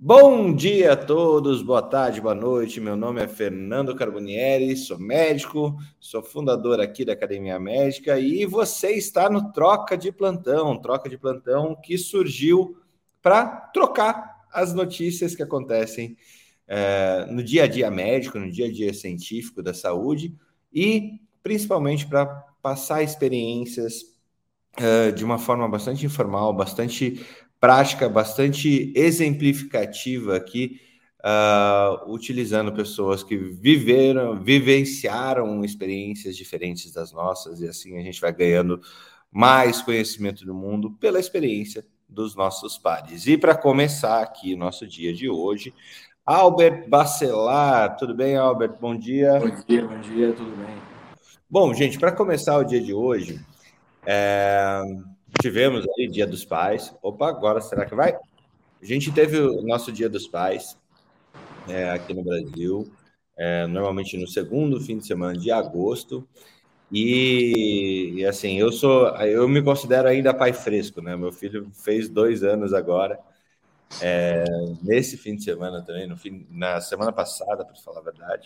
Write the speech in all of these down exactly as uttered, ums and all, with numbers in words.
Bom dia a todos, boa tarde, boa noite. Meu nome é Fernando Carbonieri, sou médico, sou fundador aqui da Academia Médica e você está no Troca de Plantão, Troca de Plantão que surgiu para trocar as notícias que acontecem é, no dia a dia médico, no dia a dia científico da saúde e principalmente para passar experiências é, de uma forma bastante informal, bastante prática, bastante exemplificativa aqui, uh, utilizando pessoas que viveram, vivenciaram experiências diferentes das nossas, e assim a gente vai ganhando mais conhecimento do mundo pela experiência dos nossos pares. E para começar aqui o nosso dia de hoje, Albert Bacelar. Tudo bem, Albert? Bom dia. Bom dia, bom dia, tudo bem? Bom, gente, para começar o dia de hoje, é... tivemos aí Dia dos Pais. Opa, agora será que vai? A gente teve o nosso Dia dos Pais é, aqui no Brasil, é, normalmente no segundo fim de semana de agosto. E, e assim, eu sou, eu me considero ainda pai fresco, né? Meu filho fez dois anos agora, é, nesse fim de semana também, no fim, na semana passada, para falar a verdade.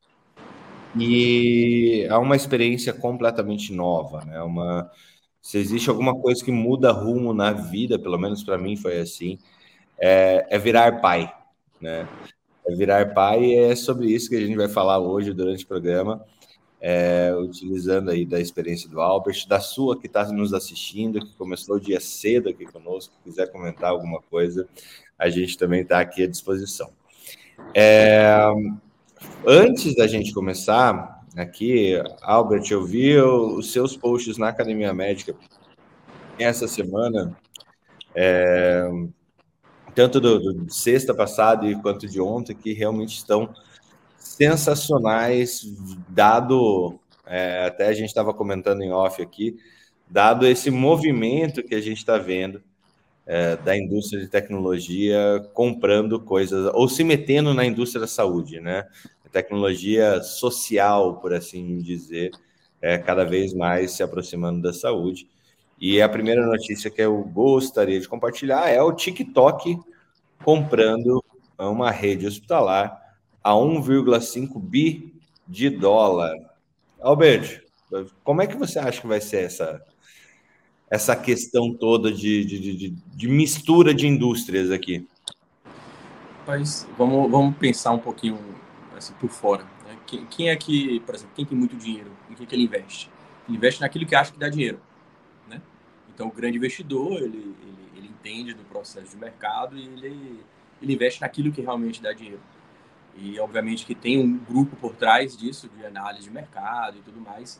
E é uma experiência completamente nova, né? Uma, se existe alguma coisa que muda rumo na vida, pelo menos para mim foi assim, é, é virar pai, né? É virar pai e é sobre isso que a gente vai falar hoje durante o programa, é, utilizando aí da experiência do Albert, da sua que está nos assistindo, que começou o dia cedo aqui conosco, se quiser comentar alguma coisa, a gente também está aqui à disposição. É, antes da gente começar aqui, Albert, eu vi os seus posts na Academia Médica essa semana, é, tanto do, do sexta passada quanto de ontem, que realmente estão sensacionais, dado, é, até a gente estava comentando em off aqui, dado esse movimento que a gente está vendo é, da indústria de tecnologia comprando coisas, ou se metendo na indústria da saúde, né? A tecnologia social, por assim dizer, é, cada vez mais se aproximando da saúde. E a primeira notícia que eu gostaria de compartilhar é o TikTok comprando uma rede hospitalar a um vírgula cinco bi de dólar. Alberto, como é que você acha que vai ser essa, essa questão toda de, de, de, de mistura de indústrias aqui? Mas vamos, vamos pensar um pouquinho assim, por fora. Né? Quem, quem é que, por exemplo, quem tem muito dinheiro, em que, que ele investe? Ele investe naquilo que acha que dá dinheiro. Né? Então, o grande investidor, ele, ele, ele entende do processo de mercado e ele, ele investe naquilo que realmente dá dinheiro. E, obviamente, que tem um grupo por trás disso, de análise de mercado e tudo mais.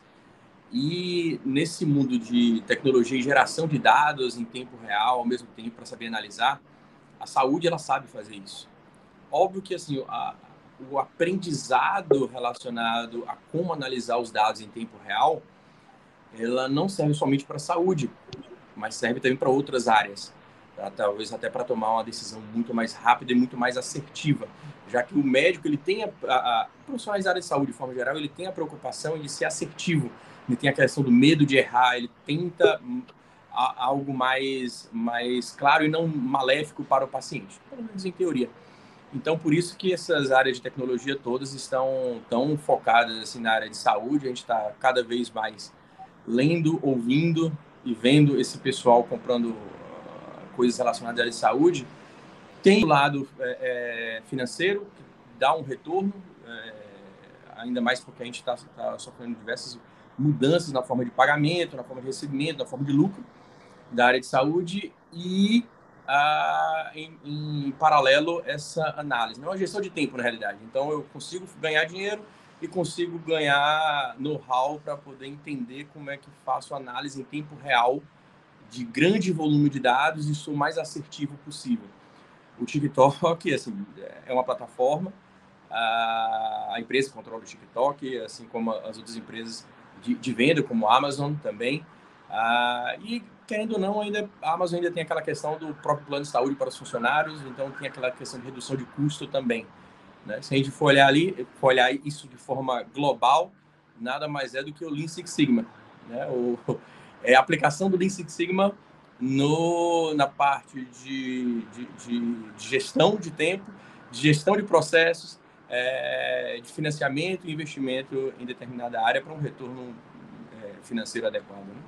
E nesse mundo de tecnologia e geração de dados em tempo real, ao mesmo tempo, para saber analisar, a saúde ela sabe fazer isso. Óbvio que assim, a, o aprendizado relacionado a como analisar os dados em tempo real, ela não serve somente para a saúde, mas serve também para outras áreas. Tá? Talvez até para tomar uma decisão muito mais rápida e muito mais assertiva, já que o médico, ele tem a, a, a profissionais da área de saúde de forma geral, ele tem a preocupação de ser assertivo, ele tem a questão do medo de errar, ele tenta a, algo mais, mais claro e não maléfico para o paciente, pelo menos em teoria. Então, por isso que essas áreas de tecnologia todas estão tão focadas assim, na área de saúde. A gente está cada vez mais lendo, ouvindo e vendo esse pessoal comprando uh, coisas relacionadas à área de saúde. Tem o lado é, financeiro, que dá um retorno, é, ainda mais porque a gente está tá sofrendo diversas mudanças na forma de pagamento, na forma de recebimento, na forma de lucro da área de saúde e ah, em, em paralelo essa análise. Não é uma gestão de tempo, na realidade. Então, eu consigo ganhar dinheiro e consigo ganhar know-how para poder entender como é que faço análise em tempo real de grande volume de dados e sou o mais assertivo possível. O TikTok, assim, é uma plataforma, a empresa controla o TikTok, assim como as outras empresas de, de venda, como a Amazon também. Ah, e, querendo ou não, ainda, a Amazon ainda tem aquela questão do próprio plano de saúde para os funcionários, então tem aquela questão de redução de custo também. Né? Se a gente for olhar ali, for olhar isso de forma global, nada mais é do que o Lean Six Sigma. Né? O, é a aplicação do Lean Six Sigma no, na parte de, de, de, de gestão de tempo, de gestão de processos, é, de financiamento e investimento em determinada área para um retorno é, financeiro adequado. Né?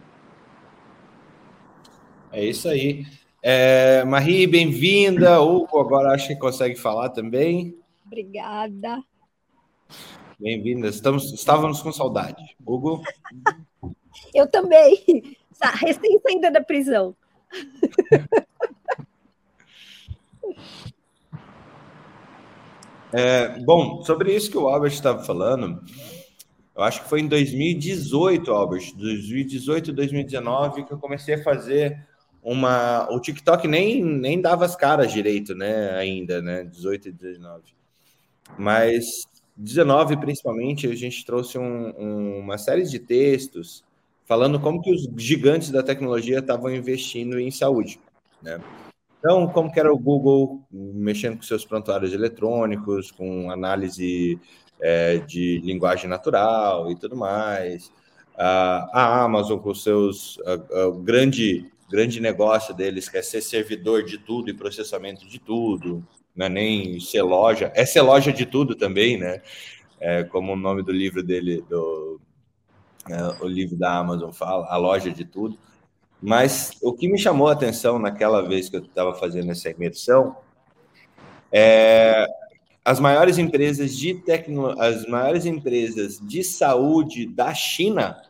É isso aí. É, Marie, bem-vinda. Hugo, agora acho que consegue falar também. Obrigada. Bem-vinda. Estamos, estávamos com saudade. Hugo? Eu também. Recém saída da prisão. É, bom, sobre isso que o Albert estava falando, eu acho que foi em dois mil e dezoito, Albert, dois mil e dezoito, dois mil e dezenove, que eu comecei a fazer uma... O TikTok nem, nem dava as caras direito, né, ainda, né, dezoito e dezenove. Mas dezenove, principalmente, a gente trouxe um, um, uma série de textos falando como que os gigantes da tecnologia estavam investindo em saúde, né? Então, como que era o Google mexendo com seus prontuários eletrônicos, com análise é, de linguagem natural e tudo mais. A Amazon com seus a, a, o grande, grande negócio deles, que é ser servidor de tudo e processamento de tudo, não é nem ser loja, é ser loja de tudo também, né? É, como o nome do livro dele, do, é, o livro da Amazon fala, a loja de tudo. Mas o que me chamou a atenção naquela vez que eu estava fazendo essa imersão é as maiores empresas de tecno... as maiores empresas de saúde da China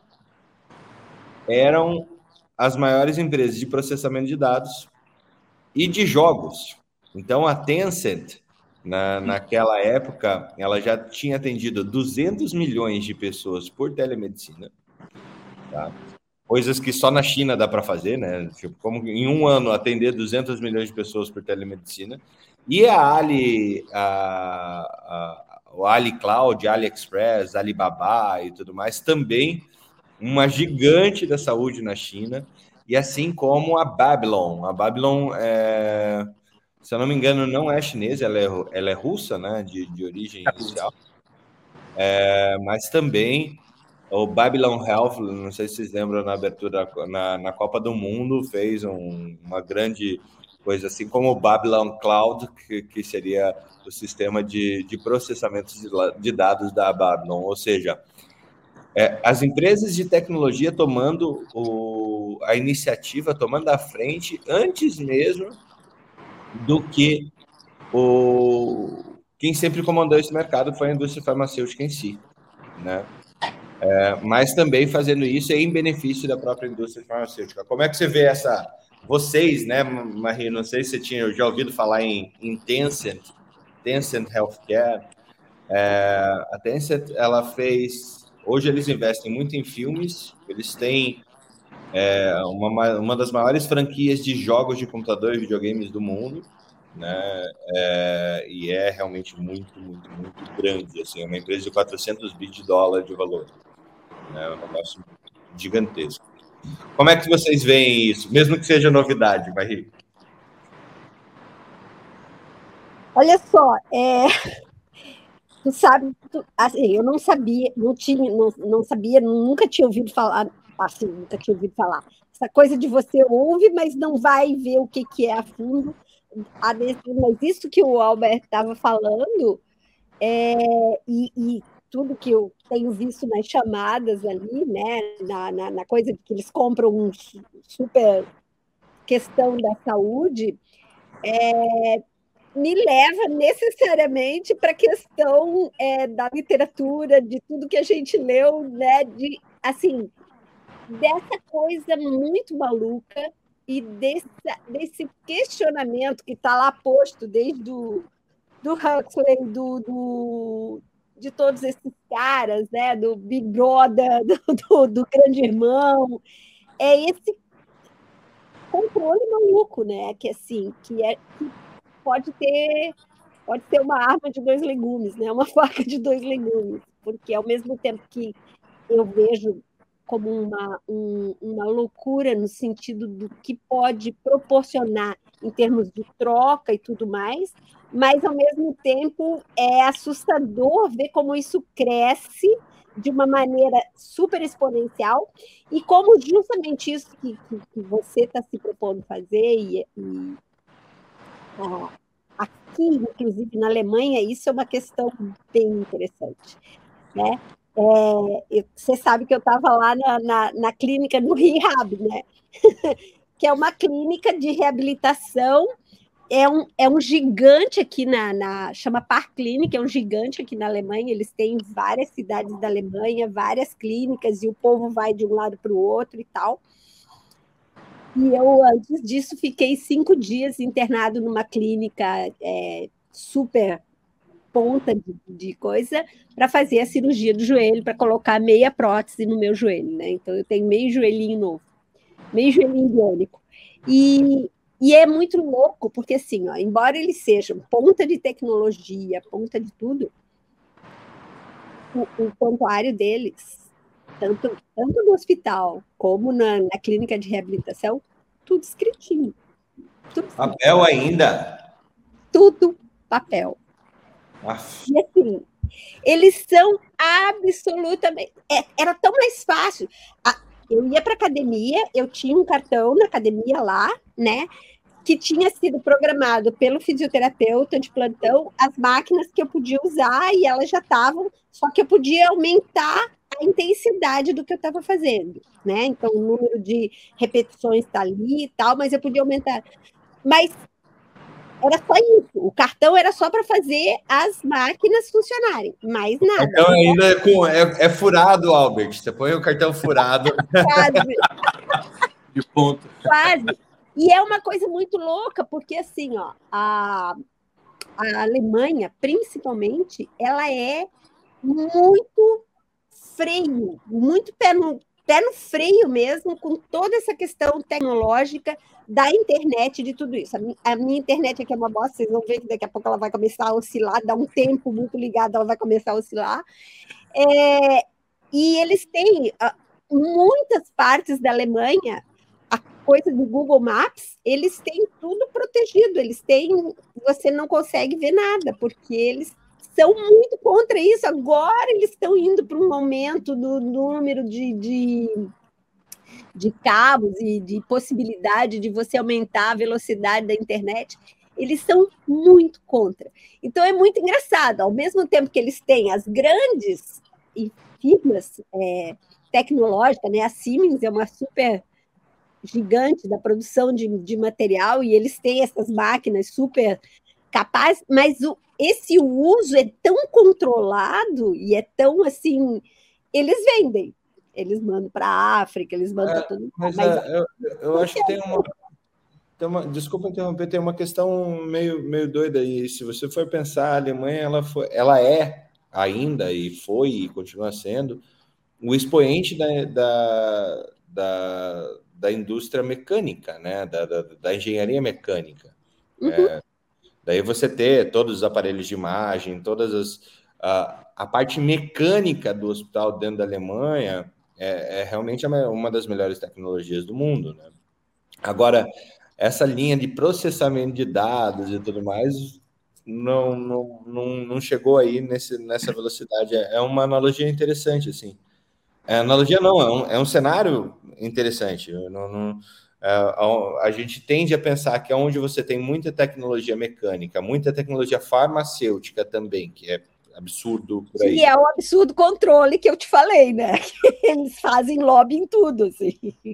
eram as maiores empresas de processamento de dados e de jogos. Então a Tencent, na, naquela época, ela já tinha atendido duzentos milhões de pessoas por telemedicina, tá? Coisas que só na China dá para fazer, né? Tipo, como em um ano atender duzentos milhões de pessoas por telemedicina. E a Ali, a, a, o Ali Cloud, AliExpress, Alibaba e tudo mais, também uma gigante da saúde na China. E assim como a Babylon. A Babylon, é, se eu não me engano, não é chinesa, ela é, ela é russa, né? De, de origem inicial. É, mas também o Babylon Health, não sei se vocês lembram, na abertura, na, na Copa do Mundo, fez um, uma grande coisa, assim como o Babylon Cloud, que, que seria o sistema de, de processamento de, de dados da Babylon. Ou seja, é, as empresas de tecnologia tomando o, a iniciativa, tomando a frente, antes mesmo do que o, quem sempre comandou esse mercado foi a indústria farmacêutica em si, né? É, mas também fazendo isso em benefício da própria indústria farmacêutica. Como é que você vê essa... Vocês, né, Marie, não sei se você tinha já ouvido falar em, em Tencent, Tencent Healthcare. É, a Tencent, ela fez... Hoje eles investem muito em filmes, eles têm é, uma, uma das maiores franquias de jogos de computador e videogames do mundo, né? É, e é realmente muito, muito, muito grande. Assim, é uma empresa de quatrocentos bilhões de dólares de valor. É um negócio gigantesco. Como é que vocês veem isso? Mesmo que seja novidade, Marie. Olha só, é... tu sabe, tu... assim, eu não sabia, não tinha, não, não sabia, nunca tinha ouvido falar, assim, nunca tinha ouvido falar. Essa coisa de você ouve, mas não vai ver o que, que é a fundo. Mas isso que o Albert estava falando, é... e, e tudo que eu tenho visto nas chamadas ali, né, na, na, na coisa de que eles compram um super questão da saúde, é, me leva necessariamente para a questão é, da literatura, de tudo que a gente leu, né, de, assim, dessa coisa muito maluca e desse, desse questionamento que está lá posto desde o do Huxley, do, do, de todos esses caras, né, do Big Brother, do, do, do Grande Irmão, é esse controle maluco, né, que assim, que, é, que pode ter, pode ter uma arma de dois legumes, né, uma faca de dois legumes, porque ao mesmo tempo que eu vejo como uma, um, uma loucura no sentido do que pode proporcionar em termos de troca e tudo mais, mas, ao mesmo tempo, é assustador ver como isso cresce de uma maneira super exponencial, e como justamente isso que, que, que você está se propondo fazer, e, e ah, aqui, inclusive na Alemanha, isso é uma questão bem interessante, né? É, você sabe que eu estava lá na, na, na clínica do Rehab, né? Que é uma clínica de reabilitação. É um, é um gigante aqui na, na... Chama Parklinik, é um gigante aqui na Alemanha. Eles têm várias cidades da Alemanha, várias clínicas, e o povo vai de um lado para o outro e tal. E eu, antes disso, fiquei cinco dias internado numa clínica é, super ponta de, de coisa para fazer a cirurgia do joelho, para colocar meia prótese no meu joelho, né? Então, eu tenho meio joelhinho novo, meio joelhinho biônico. E... E é muito louco, porque assim, ó, embora eles sejam ponta de tecnologia, ponta de tudo, o, o prontuário deles, tanto, tanto no hospital como na, na clínica de reabilitação, tudo escritinho. Tudo escritinho. Papel ainda? Tudo papel. Aff. E assim, eles são absolutamente... É, era tão mais fácil. A, eu ia para academia, eu tinha um cartão na academia lá, né? Que tinha sido programado pelo fisioterapeuta de plantão, as máquinas que eu podia usar, e elas já estavam, só que eu podia aumentar a intensidade do que eu estava fazendo, né? Então, o número de repetições está ali e tal, mas eu podia aumentar. Mas era só isso. O cartão era só para fazer as máquinas funcionarem, mais nada. Então, ainda é, com, é, é furado, Albert. Você põe o cartão furado. Quase. De ponto. Quase. E é uma coisa muito louca, porque assim, ó, a, a Alemanha, principalmente, ela é muito freio, muito pé no, pé no freio mesmo, com toda essa questão tecnológica da internet, de tudo isso. A minha, a minha internet aqui é uma bosta, vocês vão ver que daqui a pouco ela vai começar a oscilar, dá um tempo muito ligado, ela vai começar a oscilar. É, e eles têm uh, muitas partes da Alemanha, a coisa do Google Maps, eles têm tudo protegido, eles têm, você não consegue ver nada, porque eles são muito contra isso. Agora eles estão indo para um aumento do número de, de, de cabos e de possibilidade de você aumentar a velocidade da internet. Eles são muito contra. Então é muito engraçado, ao mesmo tempo que eles têm as grandes firmas é, tecnológicas, né? A Siemens é uma super gigante da produção de, de material, e eles têm essas máquinas super capazes, mas o, esse uso é tão controlado e é tão assim, eles vendem, eles mandam para a África, eles mandam é, tudo. Mas, mas é, eu, eu acho que tem uma, tem uma, desculpa interromper, tem uma questão meio, meio doida aí. Se você for pensar, a Alemanha ela, foi, ela é ainda, e foi, e continua sendo, o expoente da, da, da, da indústria mecânica, né? da, da, da engenharia mecânica. Uhum. É, daí você ter todos os aparelhos de imagem, todas as a, a parte mecânica do hospital dentro da Alemanha é, é realmente uma das melhores tecnologias do mundo, né? Agora, essa linha de processamento de dados e tudo mais não, não, não, não chegou aí nesse, nessa velocidade. É uma analogia interessante, assim. É, analogia não, é um, é um cenário interessante. Não, não, é, a gente tende a pensar que onde você tem muita tecnologia mecânica, muita tecnologia farmacêutica também, que é absurdo por aí. E é o absurdo controle que eu te falei, né? Eles fazem lobby em tudo, assim.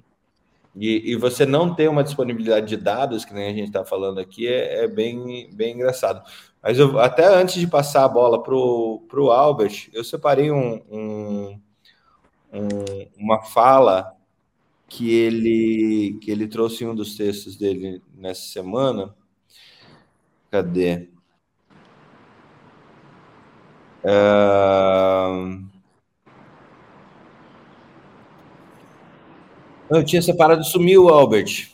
E, e você não ter uma disponibilidade de dados, que nem a gente está falando aqui, é, é bem, bem engraçado. Mas eu, até antes de passar a bola para o Albert, eu separei um, um, um, uma fala que ele, que ele trouxe em um dos textos dele nessa semana. Cadê? Uh... Eu tinha separado, sumiu, Albert.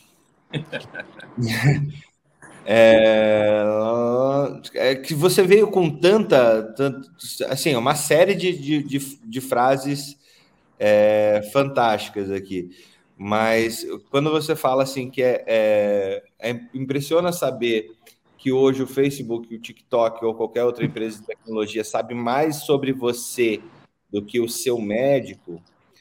É, é que você veio com tanta, tanta assim, uma série de, de, de, de frases é, fantásticas aqui, mas quando você fala assim que é, é, é impressiona saber que hoje o Facebook, o TikTok ou qualquer outra empresa de tecnologia sabe mais sobre você do que o seu médico,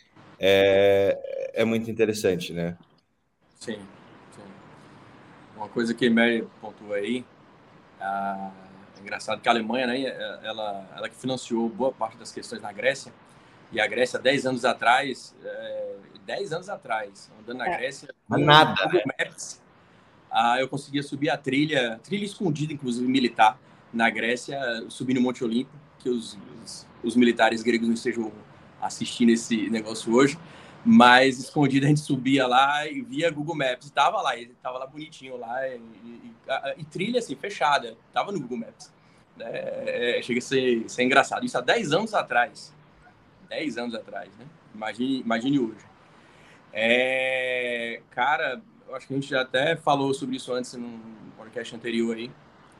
é, é muito interessante, né? Sim, sim. Uma coisa que a Mary pontuou aí, ah, é engraçado que a Alemanha, né, ela, ela que financiou boa parte das questões na Grécia, e a Grécia, dez anos atrás, é, dez anos atrás, andando na Grécia, com nada, Google né? Maps, ah, eu conseguia subir a trilha, trilha escondida, inclusive militar, na Grécia, subir no Monte Olimpo, que os, os, os militares gregos não estejam assistindo esse negócio hoje, mas escondida a gente subia lá e via Google Maps, e tava lá, tava lá bonitinho lá, e, e, e trilha assim, fechada, tava no Google Maps. É, é, chega a ser, ser engraçado. Isso há dez anos atrás. dez anos atrás, né? Imagine, imagine hoje. É, cara, eu acho que a gente já até falou sobre isso antes num podcast anterior aí.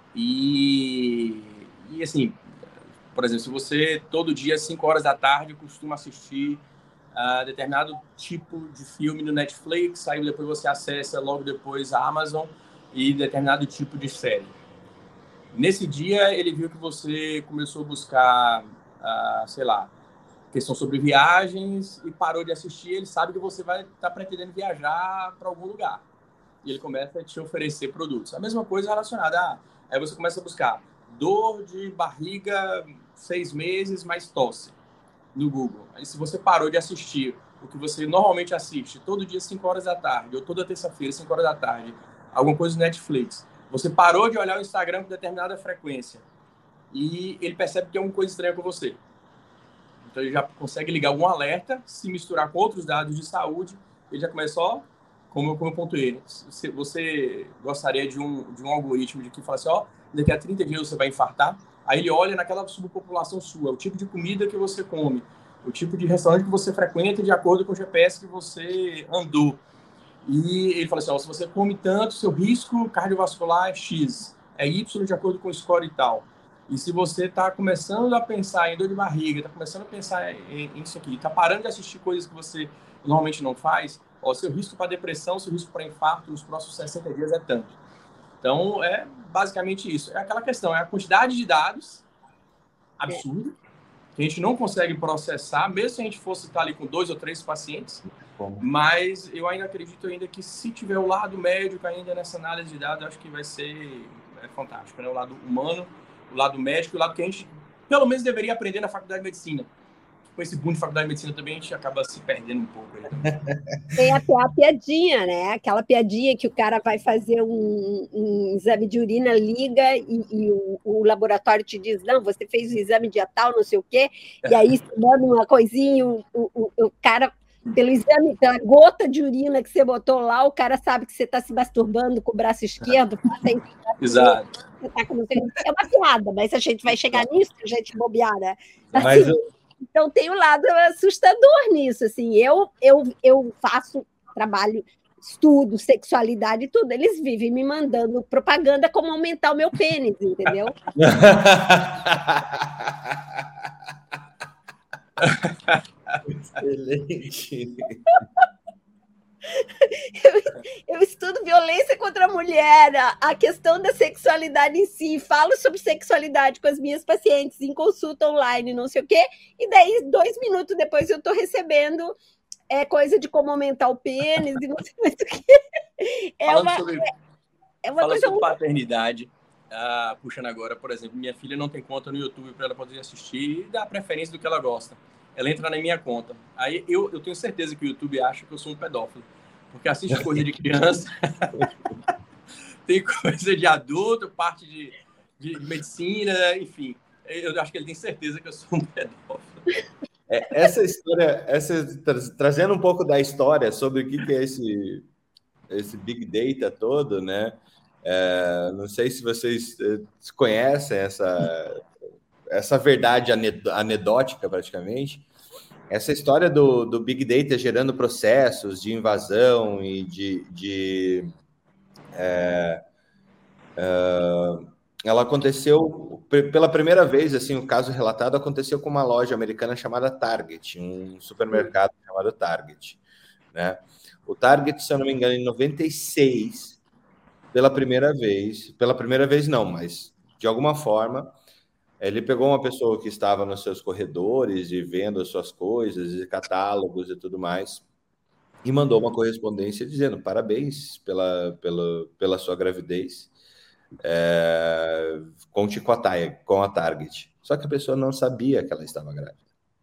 E, e assim, por exemplo, se você todo dia, às cinco horas da tarde, costuma assistir a determinado tipo de filme no Netflix, aí depois você acessa logo depois a Amazon e determinado tipo de série. Nesse dia, ele viu que você começou a buscar, uh, sei lá, questão sobre viagens e parou de assistir, ele sabe que você vai estar tá pretendendo viajar para algum lugar. E ele começa a te oferecer produtos. A mesma coisa relacionada a... Aí você começa a buscar dor de barriga, seis meses, mais tosse, no Google. Aí se você parou de assistir o que você normalmente assiste, todo dia, cinco horas da tarde, ou toda terça-feira, cinco horas da tarde, alguma coisa no Netflix, você parou de olhar o Instagram com determinada frequência e ele percebe que é uma coisa estranha com você. Então, ele já consegue ligar algum alerta, se misturar com outros dados de saúde, ele já começa, ó, como eu, como eu pontuei, você, você gostaria de um, de um algoritmo de que fala assim, ó, daqui a trinta dias você vai infartar, aí ele olha naquela subpopulação sua, o tipo de comida que você come, o tipo de restaurante que você frequenta de acordo com o G P S que você andou. E ele fala assim, ó, se você come tanto, seu risco cardiovascular é X, é Y de acordo com o score e tal. E se você está começando a pensar em dor de barriga, está começando a pensar em, em isso aqui, está parando de assistir coisas que você normalmente não faz, ó, seu risco para depressão, seu risco para infarto nos próximos sessenta dias é tanto. Então, é basicamente isso. É aquela questão, é a quantidade de dados absurda, que a gente não consegue processar, mesmo se a gente fosse estar ali com dois ou três pacientes. Bom. Mas eu ainda acredito ainda que se tiver o lado médico ainda nessa análise de dados, eu acho que vai ser é, fantástico, né? O lado humano, o lado médico, o lado que a gente, pelo menos, deveria aprender na faculdade de medicina. Com esse boom de faculdade de medicina também, a gente acaba se perdendo um pouco. Aí Tem até a piadinha, né? Aquela piadinha que o cara vai fazer um, um exame de urina, liga e, e o, o laboratório te diz, não, você fez o exame de tal, não sei o quê, e aí você manda uma coisinha, o, o, o cara, pelo exame, pela gota de urina que você botou lá, o cara sabe que você está se masturbando com o braço esquerdo. Tem... Exato. Você tá com... É uma piada, mas a gente vai chegar nisso, a gente bobear, né? Assim, mas eu... Então, tem um lado assustador nisso, assim, eu, eu, eu faço trabalho, estudo, sexualidade e tudo, eles vivem me mandando propaganda como aumentar o meu pênis, entendeu? Excelente. Eu, eu estudo violência contra a mulher, a, a questão da sexualidade em si, falo sobre sexualidade com as minhas pacientes em consulta online, não sei o quê, e daí, dois minutos depois, eu estou recebendo é, coisa de como aumentar o pênis e não sei mais o quê. É Falando uma, sobre, é, é uma falando coisa sobre paternidade, uh, puxando agora, por exemplo, minha filha não tem conta no YouTube para ela poder assistir e dar preferência do que ela gosta. Ela entra na minha conta. Aí eu, eu tenho certeza que o YouTube acha que eu sou um pedófilo. Porque assiste coisa de criança, tem coisa de adulto, parte de, de, de medicina, enfim. Eu acho que ele tem certeza que eu sou um pedófilo. É, essa história, essa, tra trazendo um pouco da história sobre o que, que é esse, esse Big Data todo, né? É, não sei se vocês conhecem essa, essa verdade anedótica, praticamente. Essa história do, do Big Data gerando processos de invasão e de... de é, é, ela aconteceu pela primeira vez, assim, o caso relatado aconteceu com uma loja americana chamada Target, um supermercado chamado Target, né? O Target, se eu não me engano, em noventa e seis, pela primeira vez, pela primeira vez não, mas de alguma forma, Ele pegou uma pessoa que estava nos seus corredores e vendo as suas coisas, e catálogos e tudo mais, e mandou uma correspondência dizendo parabéns pela, pela, pela sua gravidez, é, conte com a, com a Target. Só que a pessoa não sabia que ela estava grávida.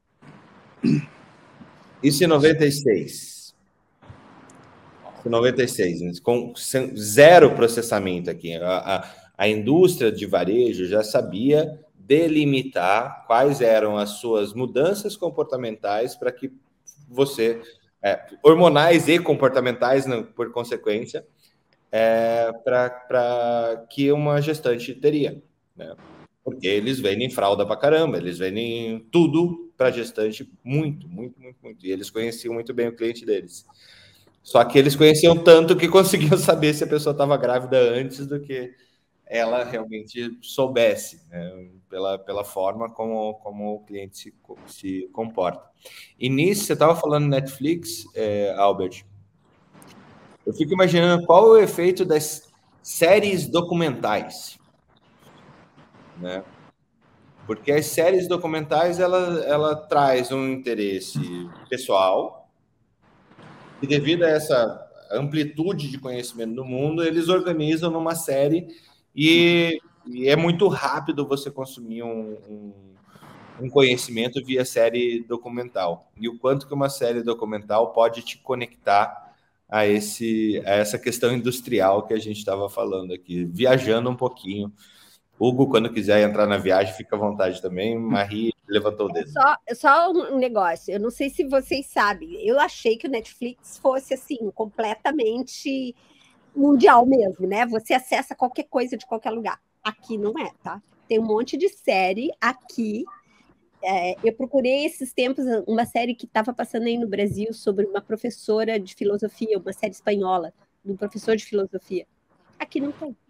Isso em noventa e seis. Em noventa e seis, com zero processamento aqui. A, a, a indústria de varejo já sabia delimitar quais eram as suas mudanças comportamentais para que você... É, hormonais e comportamentais, né, por consequência, é, para que uma gestante teria, né? Porque eles vendem fralda para caramba, eles vendem tudo para gestante, muito, muito, muito, muito. E eles conheciam muito bem o cliente deles. Só que eles conheciam tanto que conseguiam saber se a pessoa estava grávida antes do que ela realmente soubesse, né? pela, pela forma como, como o cliente se, se comporta. E nisso, você estava falando Netflix, é, Albert, eu fico imaginando qual é o efeito das séries documentais, né? Porque as séries documentais, ela, ela traz um interesse pessoal e devido a essa amplitude de conhecimento do mundo, eles organizam numa série e, e é muito rápido você consumir um, um, um conhecimento via série documental. E o quanto que uma série documental pode te conectar a, esse, a essa questão industrial que a gente estava falando aqui, viajando um pouquinho. Hugo, quando quiser entrar na viagem, fica à vontade também. Marie levantou o dedo. Só, só um negócio, eu não sei se vocês sabem, eu achei que o Netflix fosse assim, completamente mundial mesmo, né? Você acessa qualquer coisa de qualquer lugar. Aqui não é, tá? Tem um monte de série aqui. É, eu procurei esses tempos uma série que estava passando aí no Brasil sobre uma professora de filosofia, uma série espanhola, de um professor de filosofia. Aqui não tem.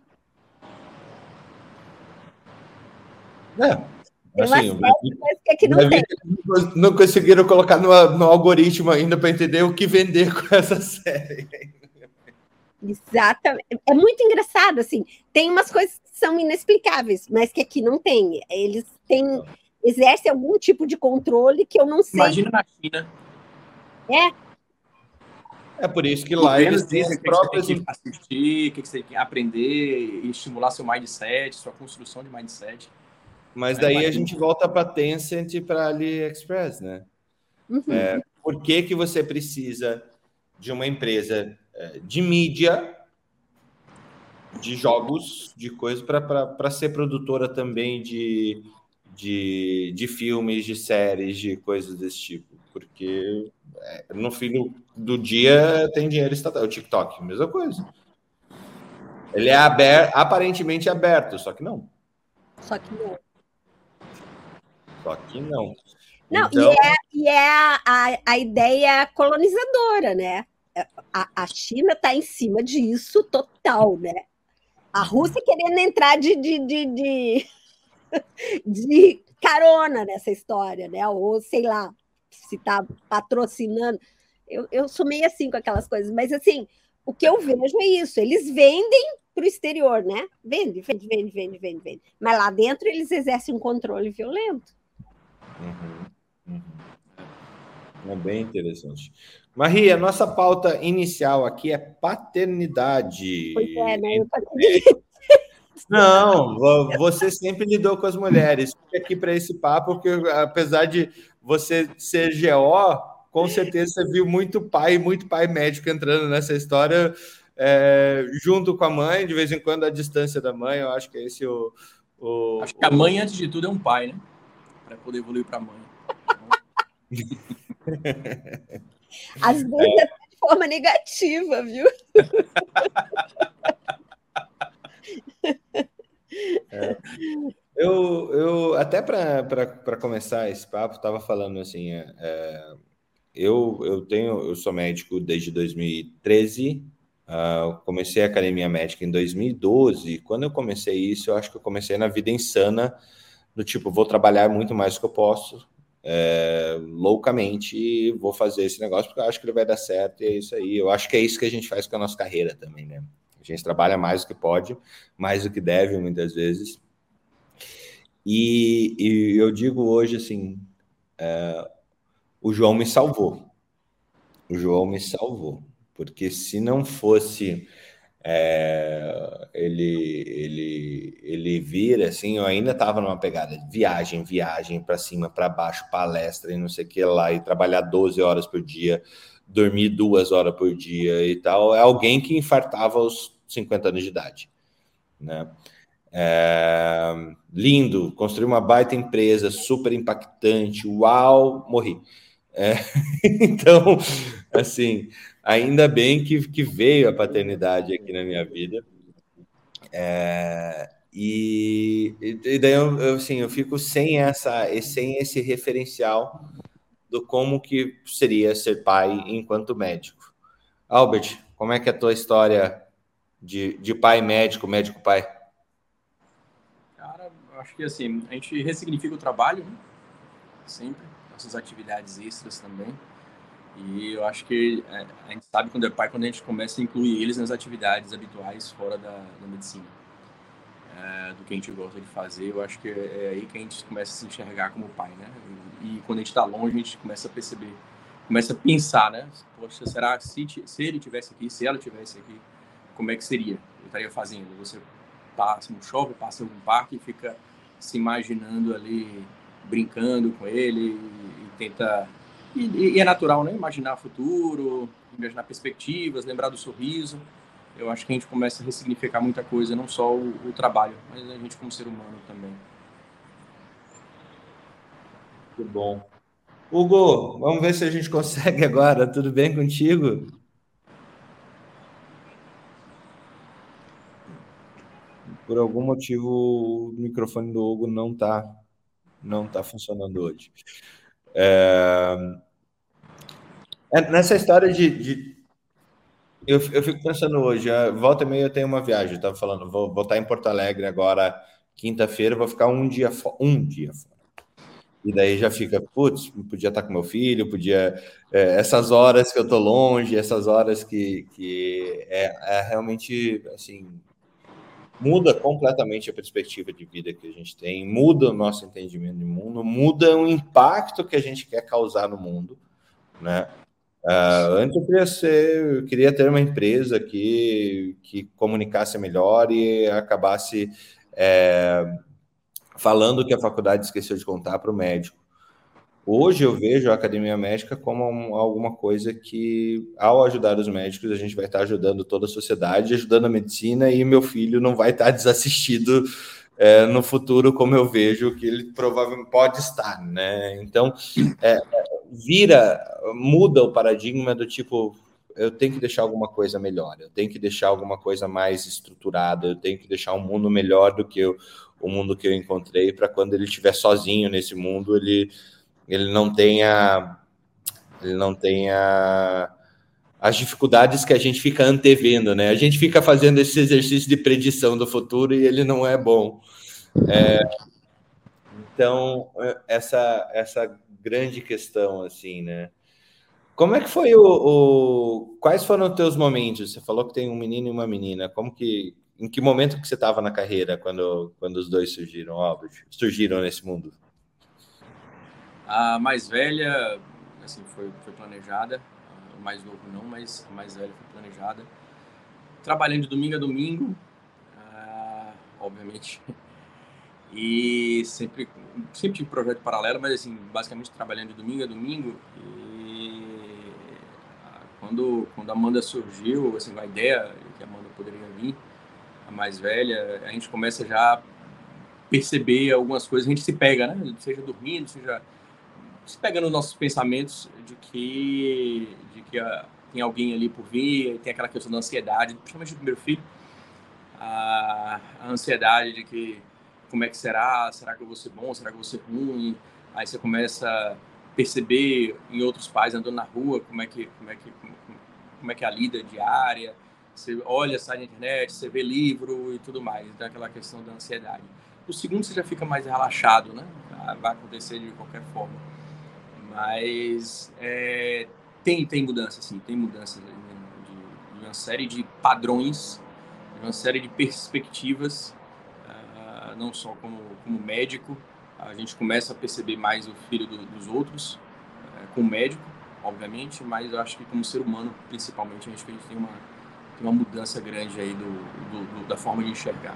É, assim, tem que aqui não, tem. Não conseguiram colocar no, no algoritmo ainda para entender o que vender com essa série. Exatamente. É muito engraçado, assim. Tem umas coisas que são inexplicáveis, mas que aqui não tem. Eles têm, exercem algum tipo de controle que eu não sei. Imagina na China. É. É por isso que lá eles têm as próprias... Que você tem que assistir, o que você tem que aprender, e estimular seu mindset, sua construção de mindset. Mas daí a gente volta para Tencent e para AliExpress, né? Uhum. É, por que que você precisa de uma empresa de mídia, de jogos, de coisas, para ser produtora também de, de, de filmes, de séries, de coisas desse tipo? Porque no fim do, do dia tem dinheiro estatal. O TikTok, mesma coisa. Ele é aberto, aparentemente aberto, só que não. Só que não. Só que não. Não, então... e é, e é a, a, a ideia colonizadora, né? A, a China está em cima disso total, né? A Rússia querendo entrar de, de, de, de, de carona nessa história, né? Ou sei lá, se está patrocinando. Eu, eu sou meio assim com aquelas coisas, mas assim, o que eu vejo é isso: eles vendem para o exterior, né? Vende, vende, vende, vende, vende, vende. Mas lá dentro eles exercem um controle violento. Uhum, uhum. É bem interessante. Maria, nossa pauta inicial aqui é paternidade. Pois é, né? Eu Não, você sempre lidou com as mulheres. Fique aqui para esse papo, porque apesar de você ser G O, com certeza você viu muito pai, muito pai médico entrando nessa história, é, junto com a mãe, de vez em quando à distância da mãe. Eu acho que é esse o. o acho que a mãe, antes de tudo, é um pai, né? Para poder evoluir para a mãe. Às vezes é de forma negativa, viu? É. Eu, eu até para começar esse papo, estava falando assim, é, eu, eu tenho, eu sou médico desde dois mil e treze, uh, comecei a academia médica em dois mil e doze. Quando eu comecei isso, eu acho que eu comecei na vida insana, do tipo, vou trabalhar muito mais do que eu posso, é, loucamente, e vou fazer esse negócio porque eu acho que ele vai dar certo, e é isso aí. Eu acho que é isso que a gente faz com a nossa carreira também, né? A gente trabalha mais do que pode, mais do que deve, muitas vezes. E, e eu digo hoje assim, é, o João me salvou. O João me salvou, porque se não fosse é, ele, ele, ele vir assim, eu ainda estava numa pegada de viagem, viagem para cima, para baixo, palestra e não sei o que lá, e trabalhar doze horas por dia, dormir duas horas por dia e tal. É alguém que infartava aos cinquenta anos de idade, né? É, lindo, construí uma baita empresa, super impactante, uau, morri. É, então, assim, ainda bem que, que veio a paternidade aqui na minha vida. É, e, e daí eu, eu, assim, eu fico sem, essa, sem esse referencial do como que seria ser pai enquanto médico. Albert, como é que é a tua história de, de pai médico, médico pai? Cara, eu acho que assim, a gente ressignifica o trabalho, né? Sempre, nossas atividades extras também. E eu acho que é, a gente sabe quando é pai, quando a gente começa a incluir eles nas atividades habituais fora da, da medicina, é, do que a gente gosta de fazer. Eu acho que é, é aí que a gente começa a se enxergar como pai, né? E, e quando a gente está longe, a gente começa a perceber, começa a pensar, né? Poxa, será que se, se ele tivesse aqui, se ela tivesse aqui, como é que seria? Eu estaria fazendo? Você passa no shopping, passa em algum parque e fica se imaginando ali, brincando com ele e, e tenta... E, e é natural, né? Imaginar o futuro, imaginar perspectivas, lembrar do sorriso. Eu acho que a gente começa a ressignificar muita coisa, não só o, o trabalho, mas a gente como ser humano também. Muito bom. Hugo, vamos ver se a gente consegue agora. Tudo bem contigo? Por algum motivo, o microfone do Hugo não está não tá funcionando hoje. É... É, nessa história de, de... Eu, eu fico pensando hoje, a volta e meia eu tenho uma viagem, eu estava falando, vou, vou estar em Porto Alegre agora, quinta-feira, vou ficar um dia fora, um dia fora. E daí já fica, putz, podia estar com meu filho, podia... É, essas horas que eu tô longe, essas horas que, que é, é realmente, assim, muda completamente a perspectiva de vida que a gente tem, muda o nosso entendimento de mundo, muda o impacto que a gente quer causar no mundo, né? Uh, antes eu queria ser, eu queria ter uma empresa que, que comunicasse melhor e acabasse é, falando que a faculdade esqueceu de contar para o médico. Hoje eu vejo a academia médica como um, alguma coisa que, ao ajudar os médicos, a gente vai estar ajudando toda a sociedade, ajudando a medicina, e meu filho não vai estar desassistido é, no futuro, como eu vejo que ele provavelmente pode estar, né? Então, é, vira, muda o paradigma do tipo, eu tenho que deixar alguma coisa melhor, eu tenho que deixar alguma coisa mais estruturada, eu tenho que deixar um mundo melhor do que eu, o mundo que eu encontrei, para quando ele estiver sozinho nesse mundo, ele ele não tenha ele não tenha as dificuldades que a gente fica antevendo, né? A gente fica fazendo esse exercício de predição do futuro e ele não é bom. É, então, essa, essa grande questão, assim, né? Como é que foi o, o... Quais foram os teus momentos? Você falou que tem um menino e uma menina. Como que... Em que momento que você estava na carreira quando, quando os dois surgiram, Albert? Surgiram nesse mundo? A mais velha, assim, foi, foi planejada. O mais novo não, mas a mais velha foi planejada. Trabalhando de domingo a domingo, uh, obviamente. E sempre, sempre tive projeto paralelo, mas assim, basicamente trabalhando de domingo a domingo. E quando, quando a Amanda surgiu, assim, a ideia que a Amanda poderia vir, a mais velha, a gente começa já a perceber algumas coisas, a gente se pega, né? Seja dormindo, seja se pega nos nossos pensamentos de que, de que uh, tem alguém ali por vir, tem aquela questão da ansiedade, principalmente do primeiro filho, a, a ansiedade de que como é que será, será que eu vou ser bom, será que eu vou ser ruim, aí você começa a perceber em outros pais andando na rua como é que, como é que, como, como é, que é a lida diária, você olha, sai na internet, você vê livro e tudo mais, então aquela questão da ansiedade. O segundo você já fica mais relaxado, né? Vai acontecer de qualquer forma. Mas é, tem, tem mudança, sim, tem mudança de, de uma série de padrões, de uma série de perspectivas uh, não só como, como médico, a gente começa a perceber mais o filho do, dos outros, é, como médico, obviamente, mas eu acho que como ser humano, principalmente, a gente, a gente tem, uma, tem uma mudança grande aí do, do, do, da forma de enxergar.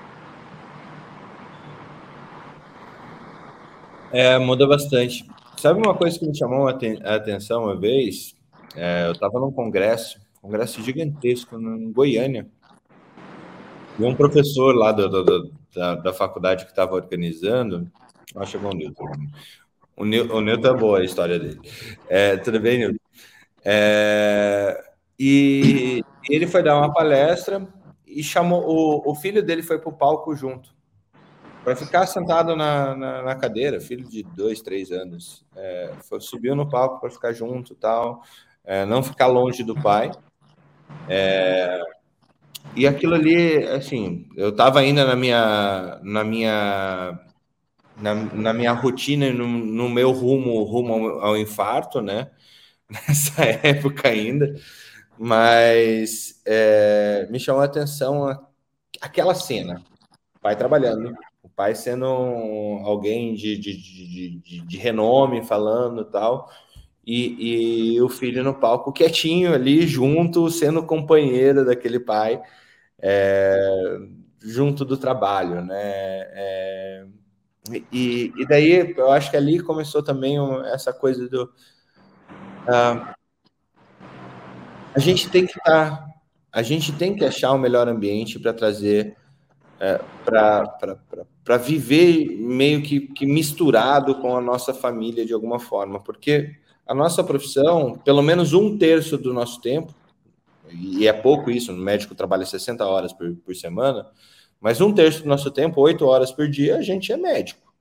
É, muda bastante. Sabe uma coisa que me chamou a atenção uma vez? É, eu estava num congresso, congresso gigantesco em Goiânia, e um professor lá do, do, do, da, da faculdade que estava organizando, ah, chegou o Newton. O, Newton, o Newton é boa a história dele. É, tudo bem, Newton? É, e ele foi dar uma palestra e chamou o, o filho dele foi para o palco junto, para ficar sentado na, na, na cadeira, filho de dois, três anos. É, foi, subiu no palco para ficar junto, tal, é, não ficar longe do pai. É, e aquilo ali, assim, eu estava ainda na minha, na minha, na, na minha rotina, no, no meu rumo, rumo ao, ao infarto, né? Nessa época ainda, mas é, me chamou a atenção a, aquela cena, o pai trabalhando, o pai sendo alguém de, de, de, de, de renome, falando e tal, e, e o filho no palco quietinho ali, junto, sendo companheiro daquele pai, é, junto do trabalho, né? É, e, e daí eu acho que ali começou também essa coisa do. Uh, a gente tem que estar. Tá, a gente tem que achar o melhor ambiente para trazer. É, para viver meio que, que misturado com a nossa família de alguma forma, porque a nossa profissão, pelo menos um terço do nosso tempo, e é pouco isso, o médico trabalha sessenta horas por, por semana, mas um terço do nosso tempo, oito horas por dia, a gente é médico.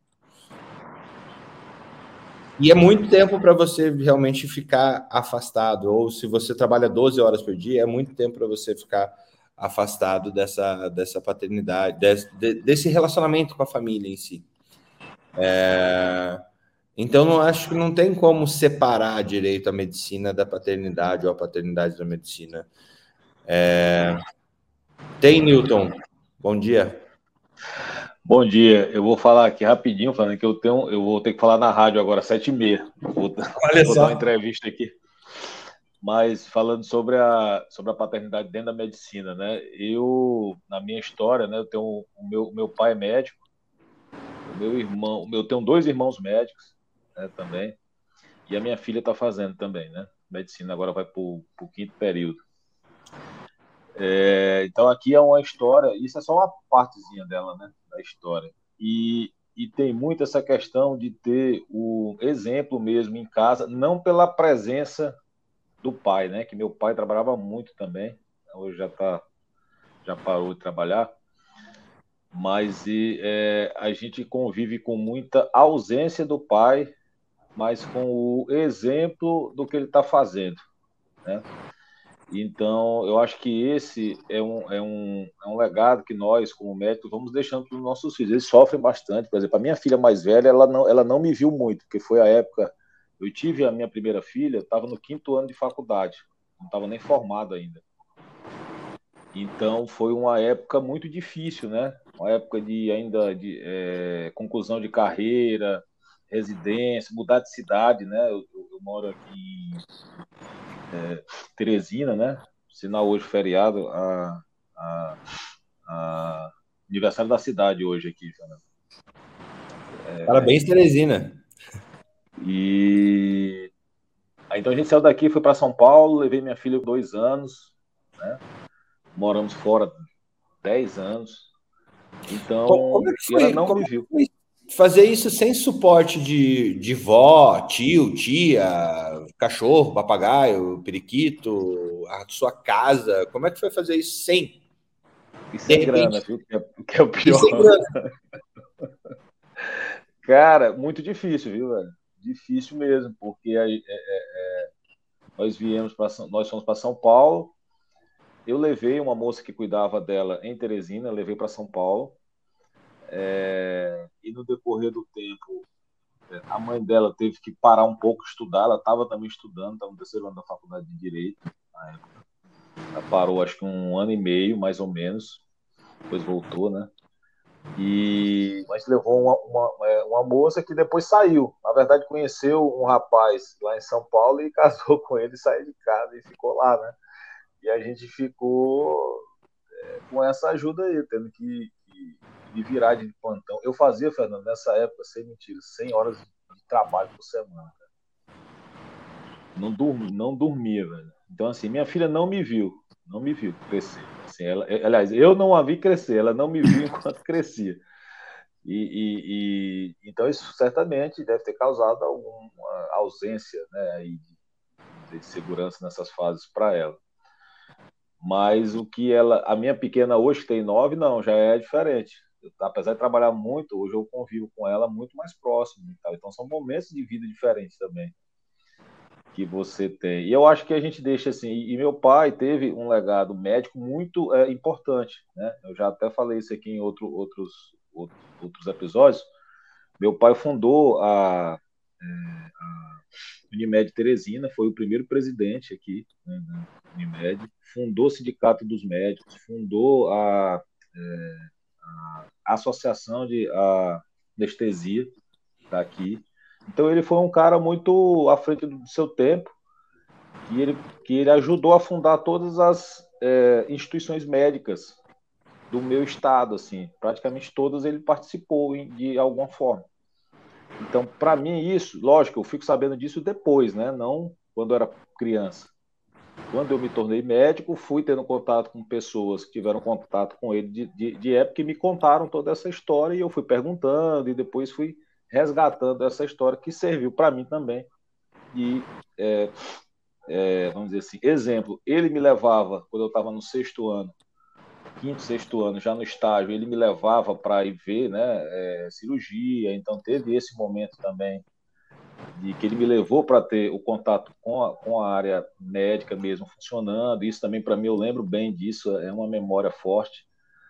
E é muito tempo para você realmente ficar afastado, ou se você trabalha doze horas por dia, é muito tempo para você ficar afastado dessa, dessa paternidade, desse, desse relacionamento com a família em si. É, então, não acho que não tem como separar direito a medicina da paternidade ou a paternidade da medicina. É, tem, Newton. Bom dia. Bom dia, eu vou falar aqui rapidinho, falando que eu tenho, eu vou ter que falar na rádio agora, sete e meia. Vou, Olha vou só. dar uma entrevista aqui. Mas falando sobre a, sobre a paternidade dentro da medicina, né? Eu, na minha história, né? Eu tenho o meu, meu pai é médico, o meu irmão, eu tenho dois irmãos médicos, né, também, e a minha filha está fazendo também, né? Medicina agora vai para o quinto período. É, então aqui é uma história, isso é só uma partezinha dela, né? Da história. E, e tem muito essa questão de ter o exemplo mesmo em casa, não pela presença do pai, né? Que meu pai trabalhava muito também, hoje já tá, já parou de trabalhar, mas e, é, a gente convive com muita ausência do pai, mas com o exemplo do que ele está fazendo, né? Então, eu acho que esse é um, é, um, é um legado que nós, como médicos, vamos deixando para os nossos filhos. Eles sofrem bastante. Por exemplo, a minha filha mais velha, ela não, ela não me viu muito, porque foi a época... Eu tive a minha primeira filha, estava no quinto ano de faculdade, não estava nem formado ainda. Então, foi uma época muito difícil, né? Uma época de ainda de é, conclusão de carreira, residência, mudar de cidade, né? Eu, eu, eu moro aqui em é, Teresina, né? Sinal hoje feriado, a, a, a aniversário da cidade hoje aqui, Fernando. É, Parabéns, Teresina. E então a gente saiu daqui, foi para São Paulo, levei minha filha dois anos, né? Moramos fora dez anos. Então, como é que foi, ela não como me viu. Foi fazer isso sem suporte de, de vó, tio, tia, cachorro, papagaio, periquito, a sua casa? Como é que foi fazer isso sem? E sem grana, viu? Que é, que é o pior. E sem grana. Cara, muito difícil, viu, velho? Difícil mesmo, porque é, é, é, nós viemos para nós fomos para São Paulo. Eu levei uma moça que cuidava dela em Teresina, levei para São Paulo. É, e no decorrer do tempo, a mãe dela teve que parar um pouco de estudar. Ela estava também estudando, estava no terceiro ano da faculdade de Direito na época. Ela parou, acho que um ano e meio, mais ou menos. Depois voltou, né? E, mas levou uma, uma, uma moça que depois saiu. Na verdade, conheceu um rapaz lá em São Paulo e casou com ele, saiu de casa e ficou lá, né? E a gente ficou é, com essa ajuda aí, tendo que, que, que virar de plantão. Eu fazia, Fernando, nessa época, sem mentira, cem horas de trabalho por semana. Não, dorm, não dormia, velho. Então, assim, minha filha não me viu, não me viu crescer. Assim, ela, aliás, eu não a vi crescer, ela não me viu enquanto crescia. E, e, e então isso certamente deve ter causado alguma ausência, né, de, de segurança nessas fases para ela. Mas o que ela, a minha pequena hoje que tem nove, não, já é diferente. Eu, apesar de trabalhar muito, hoje eu convivo com ela muito mais próximo e tal. Então são momentos de vida diferentes também que você tem. E eu acho que a gente deixa assim. E meu pai teve um legado médico muito é, importante, né? Eu já até falei isso aqui em outro, outros, outros episódios. Meu pai fundou a, a Unimed Teresina, foi o primeiro presidente aqui, né, da Unimed, fundou o Sindicato dos Médicos, fundou a, é, a Associação de a Anestesia daqui. Então ele foi um cara muito à frente do seu tempo, que ele, que ele ajudou a fundar todas as é, instituições médicas do meu estado, assim, praticamente todas ele participou em, de alguma forma. Então, para mim, isso, lógico, eu fico sabendo disso depois, né? Não quando eu era criança. Quando eu me tornei médico, fui tendo contato com pessoas que tiveram contato com ele de, de, de época e me contaram toda essa história e eu fui perguntando e depois fui resgatando essa história que serviu para mim também. E, é, é, vamos dizer assim, exemplo, ele me levava, quando eu estava no sexto ano, quinto, sexto ano, já no estágio, ele me levava para ir ver, né, é, cirurgia, então teve esse momento também de que ele me levou para ter o contato com a, com a área médica mesmo funcionando. Isso também, para mim, eu lembro bem disso, é uma memória forte.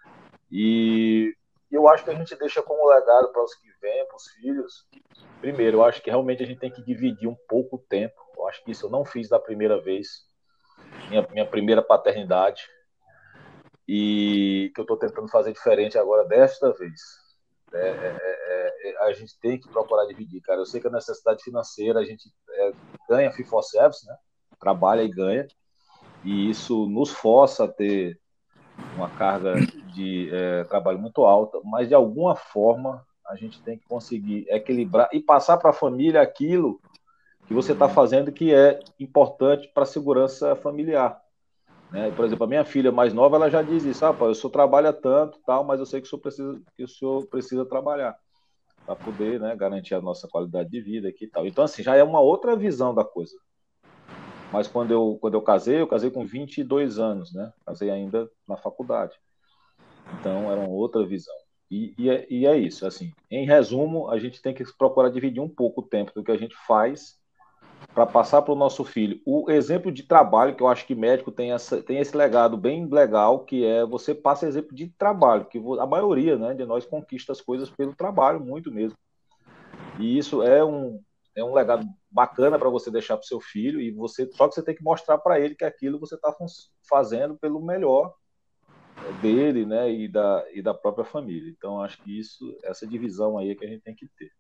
E eu acho que a gente deixa como legado para os que vêm, para os filhos. Primeiro, eu acho que realmente a gente tem que dividir um pouco o tempo. Eu acho que isso eu não fiz da primeira vez, minha, minha primeira paternidade, e que eu estou tentando fazer diferente agora desta vez. É, é, é, a gente tem que procurar dividir, cara. Eu sei que a necessidade financeira, a gente é, ganha fee for service, né? Trabalha e ganha, e isso nos força a ter uma carga de é, trabalho muito alta, mas de alguma forma a gente tem que conseguir equilibrar e passar para a família aquilo que você está fazendo que é importante para a segurança familiar. Né? Por exemplo, a minha filha mais nova, ela já diz isso, ah, pai, o senhor trabalha tanto, tal, mas eu sei que o senhor precisa, que o senhor precisa trabalhar para poder, né, garantir a nossa qualidade de vida aqui e tal. Então, assim, já é uma outra visão da coisa. Mas quando eu, quando eu casei, eu casei com vinte e dois anos, né? Casei ainda na faculdade. Então, era uma outra visão. E, e, é, e é isso, assim, em resumo, a gente tem que procurar dividir um pouco o tempo do que a gente faz para passar para o nosso filho o exemplo de trabalho, que eu acho que médico tem, essa, tem esse legado bem legal, que é você passa exemplo de trabalho, que a maioria, né, de nós conquista as coisas pelo trabalho, muito mesmo. E isso é um, é um legado bacana para você deixar para o seu filho, e você, só que você tem que mostrar para ele que aquilo você está fazendo pelo melhor dele, né, e da, e da própria família. Então, acho que isso, essa divisão aí é que a gente tem que ter.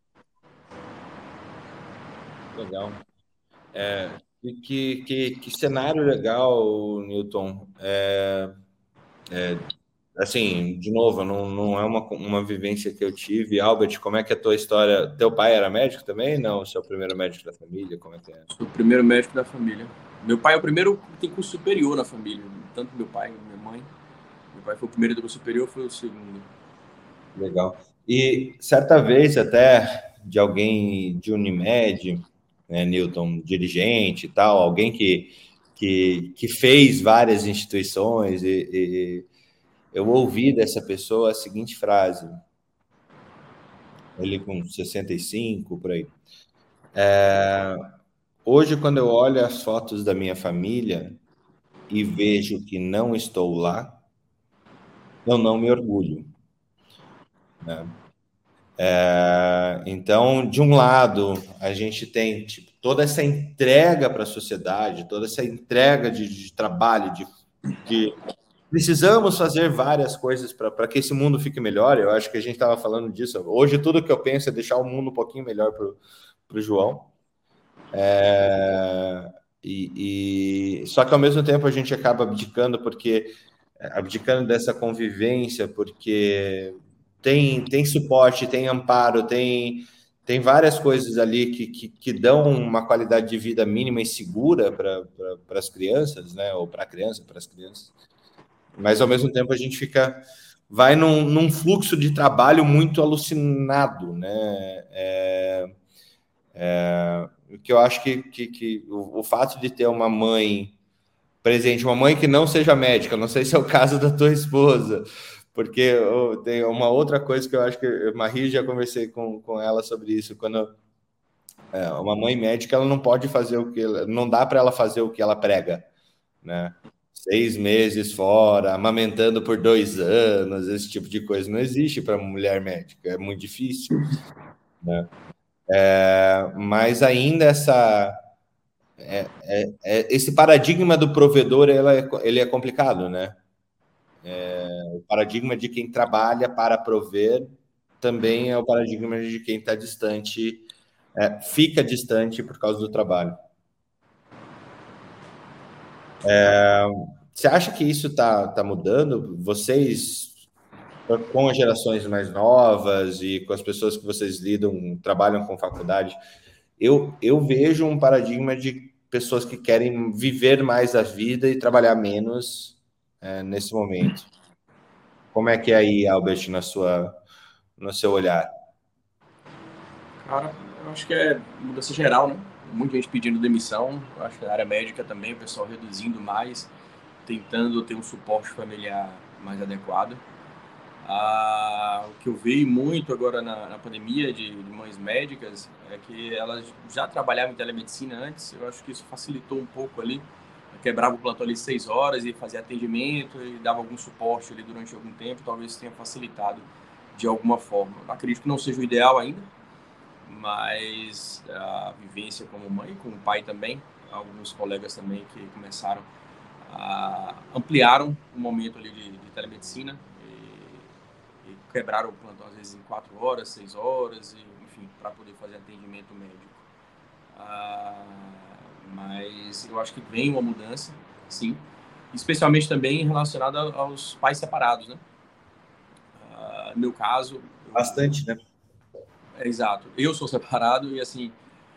Legal. É, que, que, que cenário legal, Newton. É, é, assim, de novo, não, não é uma, uma vivência que eu tive. Albert, como é que é a tua história? Teu pai era médico também? Não, você é o primeiro médico da família? Como é que é? Sou o primeiro médico da família. Meu pai é o primeiro que tem curso superior na família. Tanto meu pai como minha mãe. Meu pai foi o primeiro do curso superior, foi o segundo. Legal. E certa vez até de alguém de Unimed, né, Newton, dirigente e tal, alguém que, que, que fez várias instituições, e, e eu ouvi dessa pessoa a seguinte frase, ele com sessenta e cinco, por aí. É, hoje, quando eu olho as fotos da minha família e vejo que não estou lá, eu não me orgulho, né? É, então, de um lado, a gente tem tipo, toda essa entrega para a sociedade, toda essa entrega de, de trabalho, de, de, precisamos fazer várias coisas para que esse mundo fique melhor. Eu acho que a gente estava falando disso. Hoje, tudo que eu penso é deixar o mundo um pouquinho melhor para o João. É, e, e, só que, ao mesmo tempo, a gente acaba abdicando, porque abdicando dessa convivência, porque tem, tem suporte, tem amparo, tem, tem várias coisas ali que, que, que dão uma qualidade de vida mínima e segura para pra, as crianças, né? Ou para a criança, para as crianças. Mas, ao mesmo tempo, a gente fica... vai num, num fluxo de trabalho muito alucinado, né? É, é, o que eu acho que, que, que o, o fato de ter uma mãe presente, uma mãe que não seja médica, não sei se é o caso da tua esposa, porque eu, tem uma outra coisa que eu acho que eu, Marie, já conversei com, com ela sobre isso, quando é, uma mãe médica, ela não pode fazer o que, não dá para ela fazer o que ela prega, né? Seis meses fora, amamentando por dois anos, esse tipo de coisa não existe para mulher médica, é muito difícil, né? É, mas ainda essa é, é, é, esse paradigma do provedor ele é, ele é complicado, né? É, o paradigma de quem trabalha para prover também é o paradigma de quem está distante, é, fica distante por causa do trabalho. É, você acha que isso está tá mudando? Vocês, com as gerações mais novas e com as pessoas que vocês lidam, trabalham com faculdade, eu, eu vejo um paradigma de pessoas que querem viver mais a vida e trabalhar menos é, nesse momento. Como é que é aí, Albert, na sua, no seu olhar? Cara, eu acho que é mudança geral, né? Muita gente pedindo demissão, eu acho que na área médica também, o pessoal reduzindo mais, tentando ter um suporte familiar mais adequado. Ah, o que eu vi muito agora na, na pandemia de, de mães médicas é que elas já trabalhavam em telemedicina antes, eu acho que isso facilitou um pouco ali, quebrava o plantão ali seis horas e fazia atendimento e dava algum suporte ali durante algum tempo, talvez tenha facilitado de alguma forma. Eu acredito que não seja o ideal ainda, mas a vivência como mãe, como pai também, alguns colegas também que começaram a ampliaram o momento ali de, de telemedicina e, e quebraram o plantão às vezes em quatro horas, seis horas, e, enfim, para poder fazer atendimento médico. Ah, mas eu acho que vem uma mudança, sim, especialmente também relacionada aos pais separados, né? Ah, no meu caso... Bastante, né? É, exato. Eu sou separado e, assim,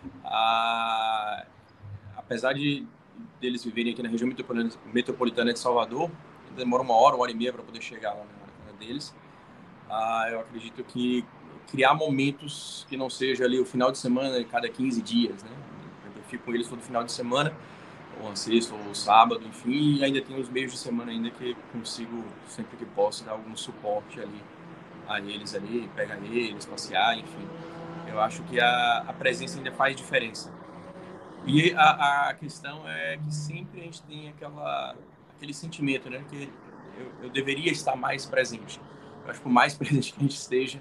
a... apesar de deles viverem aqui na região metropolitana de Salvador, demora uma hora, uma hora e meia para poder chegar lá na casa deles. Ah, eu acredito que criar momentos que não seja ali o final de semana, cada quinze dias, né? Eu fico com eles todo final de semana, ou a sexta, ou sábado, enfim, e ainda tem os meios de semana ainda que consigo, sempre que posso, dar algum suporte ali a eles ali, pegar eles, passear, enfim. Eu acho que a, a presença ainda faz diferença. E a, a questão é que sempre a gente tem aquela, aquele sentimento, né? Que eu, eu deveria estar mais presente. Eu acho que por mais presente que a gente esteja,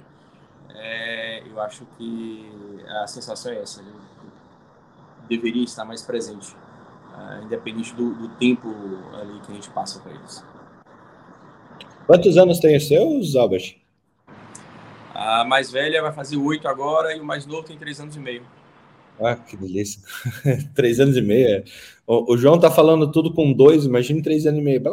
é, eu acho que a sensação é essa. Eu deveria estar mais presente, uh, independente do, do tempo ali que a gente passa com eles. Quantos anos tem os seus, Albert? A mais velha vai fazer oito agora e o mais novo tem três anos e meio. Ah, que delícia. Três anos e meio. O, o João tá falando tudo com dois, imagine três anos e meio.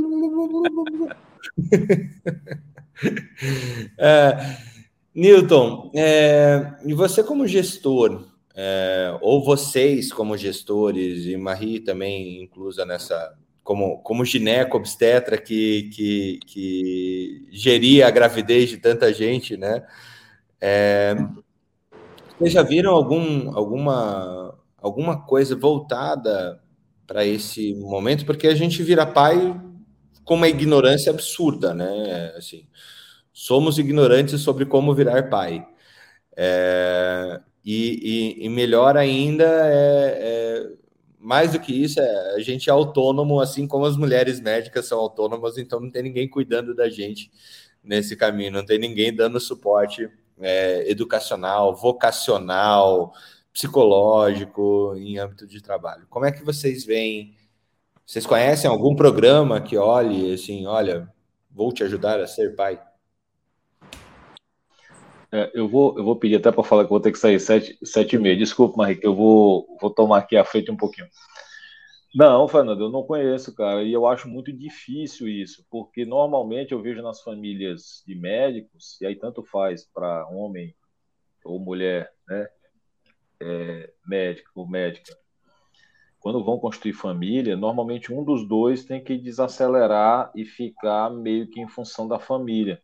é, Newton, é, e você como gestor, é, ou vocês como gestores, e Marie também inclusa nessa, como, como gineco-obstetra que, que, que geria a gravidez de tanta gente, né? É, vocês já viram algum, alguma, alguma coisa voltada para esse momento? Porque a gente vira pai com uma ignorância absurda, né? Assim, somos ignorantes sobre como virar pai. É, e, e, e melhor ainda, é, é, mais do que isso, é, a gente é autônomo, assim como as mulheres médicas são autônomas, então não tem ninguém cuidando da gente nesse caminho, não tem ninguém dando suporte é, educacional, vocacional, psicológico em âmbito de trabalho. Como é que vocês veem Vocês conhecem algum programa que olhe assim, olha, vou te ajudar a ser pai? É, eu vou, eu vou pedir até para falar que eu vou ter que sair sete, sete e meia. Desculpa, Marrique, eu vou, vou tomar aqui a frente um pouquinho. Não, Fernando, eu não conheço, cara, e eu acho muito difícil isso, porque normalmente eu vejo nas famílias de médicos, e aí tanto faz para homem ou mulher, né, é, médico ou médica, quando vão construir família, normalmente um dos dois tem que desacelerar e ficar meio que em função da família.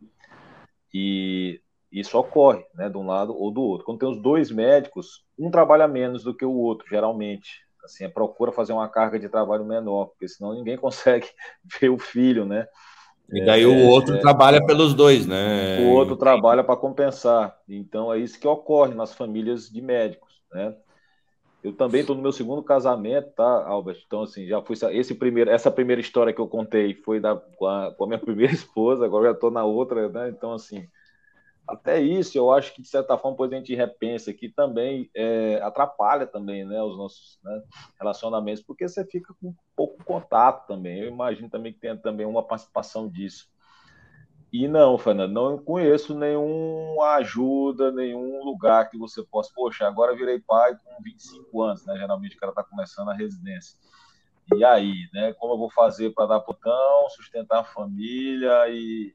E isso ocorre, né, de um lado ou do outro. Quando tem os dois médicos, um trabalha menos do que o outro, geralmente. Assim, procura fazer uma carga de trabalho menor, porque senão ninguém consegue ver o filho, né? E daí é, o outro é, trabalha pelos dois, né? O outro trabalha para compensar. Então é isso que ocorre nas famílias de médicos, né? Eu também estou no meu segundo casamento, tá, Albert? Então, assim, já fui. Esse primeiro, essa primeira história que eu contei foi da, com, a, com a minha primeira esposa, agora já estou na outra, né? Então, assim, até isso eu acho que, de certa forma, depois a gente repensa que também é, atrapalha também, né, os nossos, né, relacionamentos, porque você fica com pouco contato também. Eu imagino também que tenha também uma participação disso. E não, Fernando, não conheço nenhuma ajuda, nenhum lugar que você possa... Poxa, agora virei pai com vinte e cinco anos, né? Geralmente o cara está começando a residência. E aí, né? Como eu vou fazer para dar plantão, sustentar a família e,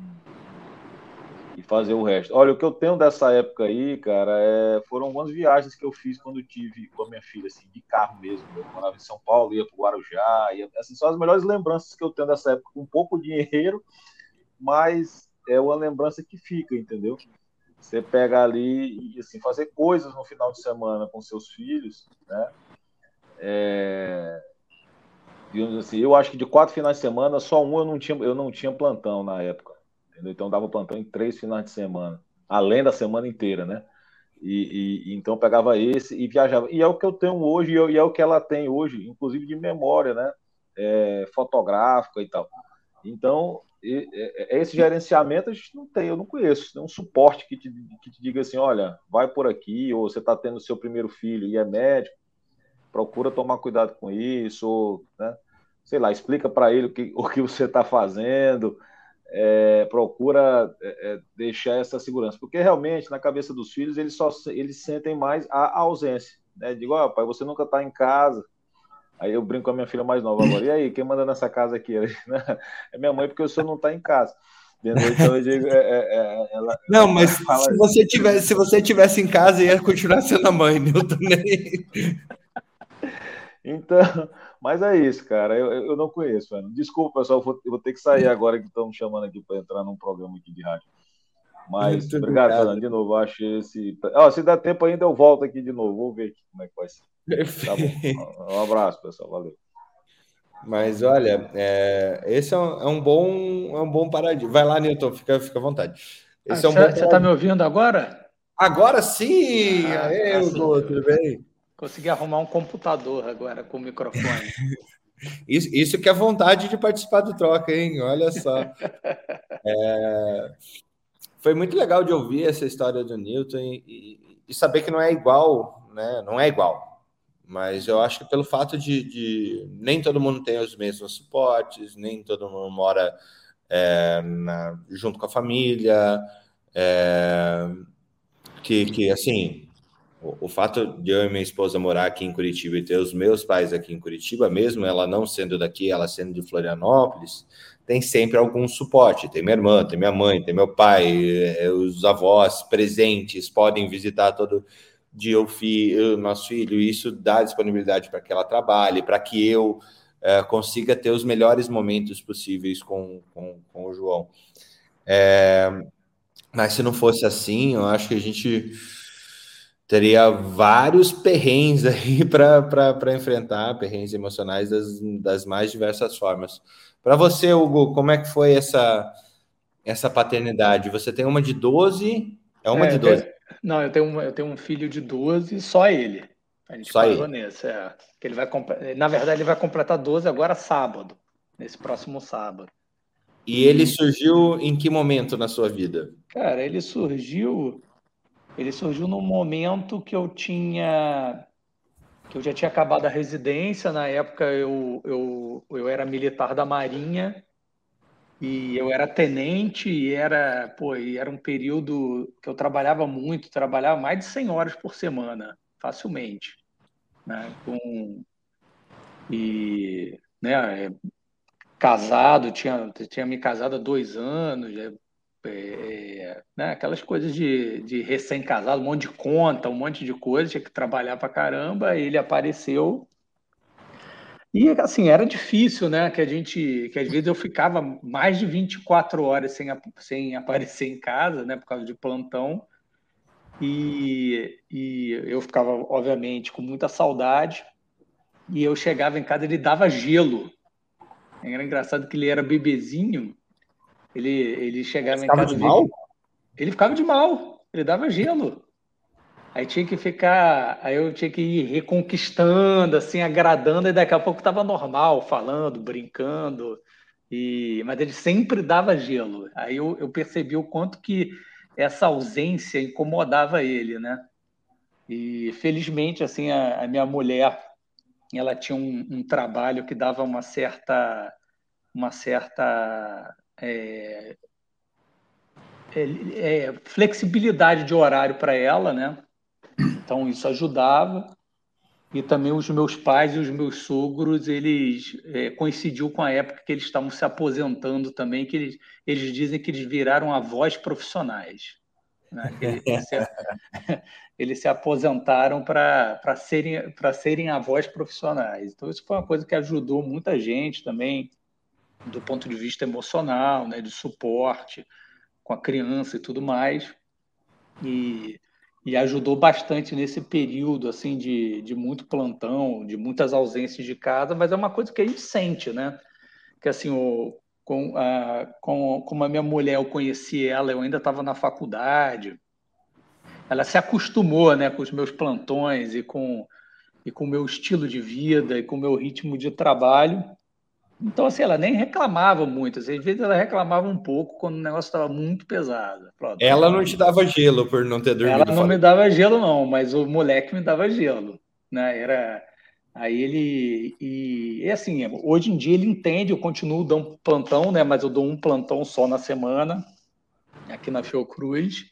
e fazer o resto? Olha, o que eu tenho dessa época aí, cara, é... foram algumas viagens que eu fiz quando tive com a minha filha, assim, de carro mesmo. Eu morava em São Paulo, ia para o Guarujá, ia... assim, são as melhores lembranças que eu tenho dessa época, com pouco dinheiro, mas é uma lembrança que fica, entendeu? Você pega ali e assim, fazer coisas no final de semana com seus filhos, né? É... Digamos assim, eu acho que de quatro finais de semana, só um eu não tinha, eu não tinha plantão na época, entendeu? Então dava plantão em três finais de semana, além da semana inteira, né? E, e então pegava esse e viajava. E é o que eu tenho hoje, e é o que ela tem hoje, inclusive de memória, né? É, fotográfica e tal. Então, esse gerenciamento a gente não tem, eu não conheço. Tem um suporte que te, que te diga assim, olha, vai por aqui, ou você está tendo seu primeiro filho e é médico, procura tomar cuidado com isso, ou, né, sei lá, explica para ele o que, o que você está fazendo, é, procura é, deixar essa segurança. Porque realmente, na cabeça dos filhos, eles só eles sentem mais a ausência. Né? Digo, ó, oh, pai, você nunca está em casa. Aí eu brinco com a minha filha mais nova agora. E aí, quem manda nessa casa aqui? É minha mãe, porque o senhor não está em casa. Entendeu? Então eu digo. É, é, é, ela, não, ela mas fala... se, você tivesse, se você tivesse em casa, ia continuar sendo a mãe, Nilton. Então, mas é isso, cara. Eu, eu não conheço, mano. Desculpa, pessoal. Eu vou, eu vou ter que sair agora que estão me chamando aqui para entrar num programa aqui de rádio. Mas muito obrigado, Fernando, de novo. Acho esse. Oh, se der tempo ainda, eu volto aqui de novo. Vou ver aqui como é que vai ser. Tá bom. Um abraço, pessoal. Valeu. Mas olha, é, esse é um, é um bom é um bom paradigma. Vai lá, Nilton, fica, fica à vontade. Esse ah, é um você está me ouvindo agora? Agora sim! Ah, Aê, assim, Hugo, tudo bem? Consegui arrumar um computador agora com o microfone. Isso, isso que é vontade de participar do Troca, hein? Olha só. É, foi muito legal de ouvir essa história do Nilton e, e, e saber que não é igual, né? Não é igual. Mas eu acho que pelo fato de, de nem todo mundo tem os mesmos suportes, nem todo mundo mora é, na, junto com a família, é, que, que assim, o, o fato de eu e minha esposa morar aqui em Curitiba e ter os meus pais aqui em Curitiba, mesmo ela não sendo daqui, ela sendo de Florianópolis, tem sempre algum suporte. Tem minha irmã, tem minha mãe, tem meu pai, os avós presentes, podem visitar todo dia o filho, nosso filho, e isso dá disponibilidade para que ela trabalhe, para que eu é, consiga ter os melhores momentos possíveis com, com, com o João. É, mas se não fosse assim, eu acho que a gente teria vários perrengues aí para enfrentar, perrengues emocionais das, das mais diversas formas. Para você, Hugo, como é que foi essa, essa paternidade? Você tem uma de doze? É uma é, de doze? Tenho, não, eu tenho, um, eu tenho um filho de doze, só ele. A gente só parou ele. Nesse. É, que ele vai, na verdade, ele vai completar doze agora sábado, nesse próximo sábado. E ele surgiu em que momento na sua vida? Cara, ele surgiu... Ele surgiu num momento que eu tinha... que eu já tinha acabado a residência. Na época eu, eu, eu era militar da Marinha e eu era tenente e era, pô, e era um período que eu trabalhava muito, trabalhava mais de cem horas por semana, facilmente, né? Com, e, né, casado, tinha, tinha me casado há dois anos, é, é, né, aquelas coisas de, de recém-casado, um monte de conta, um monte de coisa, tinha que trabalhar pra caramba. Ele apareceu e, assim, era difícil, né, que a gente, que às vezes eu ficava mais de vinte e quatro horas sem, sem aparecer em casa, né, por causa de plantão, e, e eu ficava, obviamente, com muita saudade, e eu chegava em casa, ele dava gelo. Era engraçado que ele era bebezinho. Ele, ele chegava em Ficava casa. de mal? Ele ficava de mal, ele dava gelo. Aí tinha que ficar. Aí eu tinha que ir reconquistando, assim, agradando, e daqui a pouco estava normal, falando, brincando. E, mas ele sempre dava gelo. Aí eu, eu percebi o quanto que essa ausência incomodava ele, né? E felizmente, assim, a, a minha mulher, ela tinha um, um trabalho que dava uma certa, uma certa é, é, é, flexibilidade de horário para ela, né? Então isso ajudava. E também os meus pais e os meus sogros, eles é, coincidiu com a época que eles estavam se aposentando também, que eles, eles dizem que eles viraram avós profissionais, né? Que eles, eles, se, eles se aposentaram para serem, para serem avós profissionais. Então isso foi uma coisa que ajudou muita gente também, do ponto de vista emocional, né? De suporte com a criança e tudo mais. E, e ajudou bastante nesse período assim de, de muito plantão, de muitas ausências de casa, mas é uma coisa que a gente sente, né? Que assim, o, com, a, com, como a minha mulher, eu conheci ela, eu ainda estava na faculdade, ela se acostumou, né, com os meus plantões e com, e com o meu estilo de vida e com o meu ritmo de trabalho. Então, assim, ela nem reclamava muito. Assim, às vezes ela reclamava um pouco quando o negócio estava muito pesado. Falava, ela não te dava gelo por não ter ela dormido não fora. me dava gelo, não, mas o moleque me dava gelo, né? Era aí ele e, e assim, hoje em dia ele entende. Eu continuo dando plantão, né? Mas eu dou um plantão só na semana aqui na Fiocruz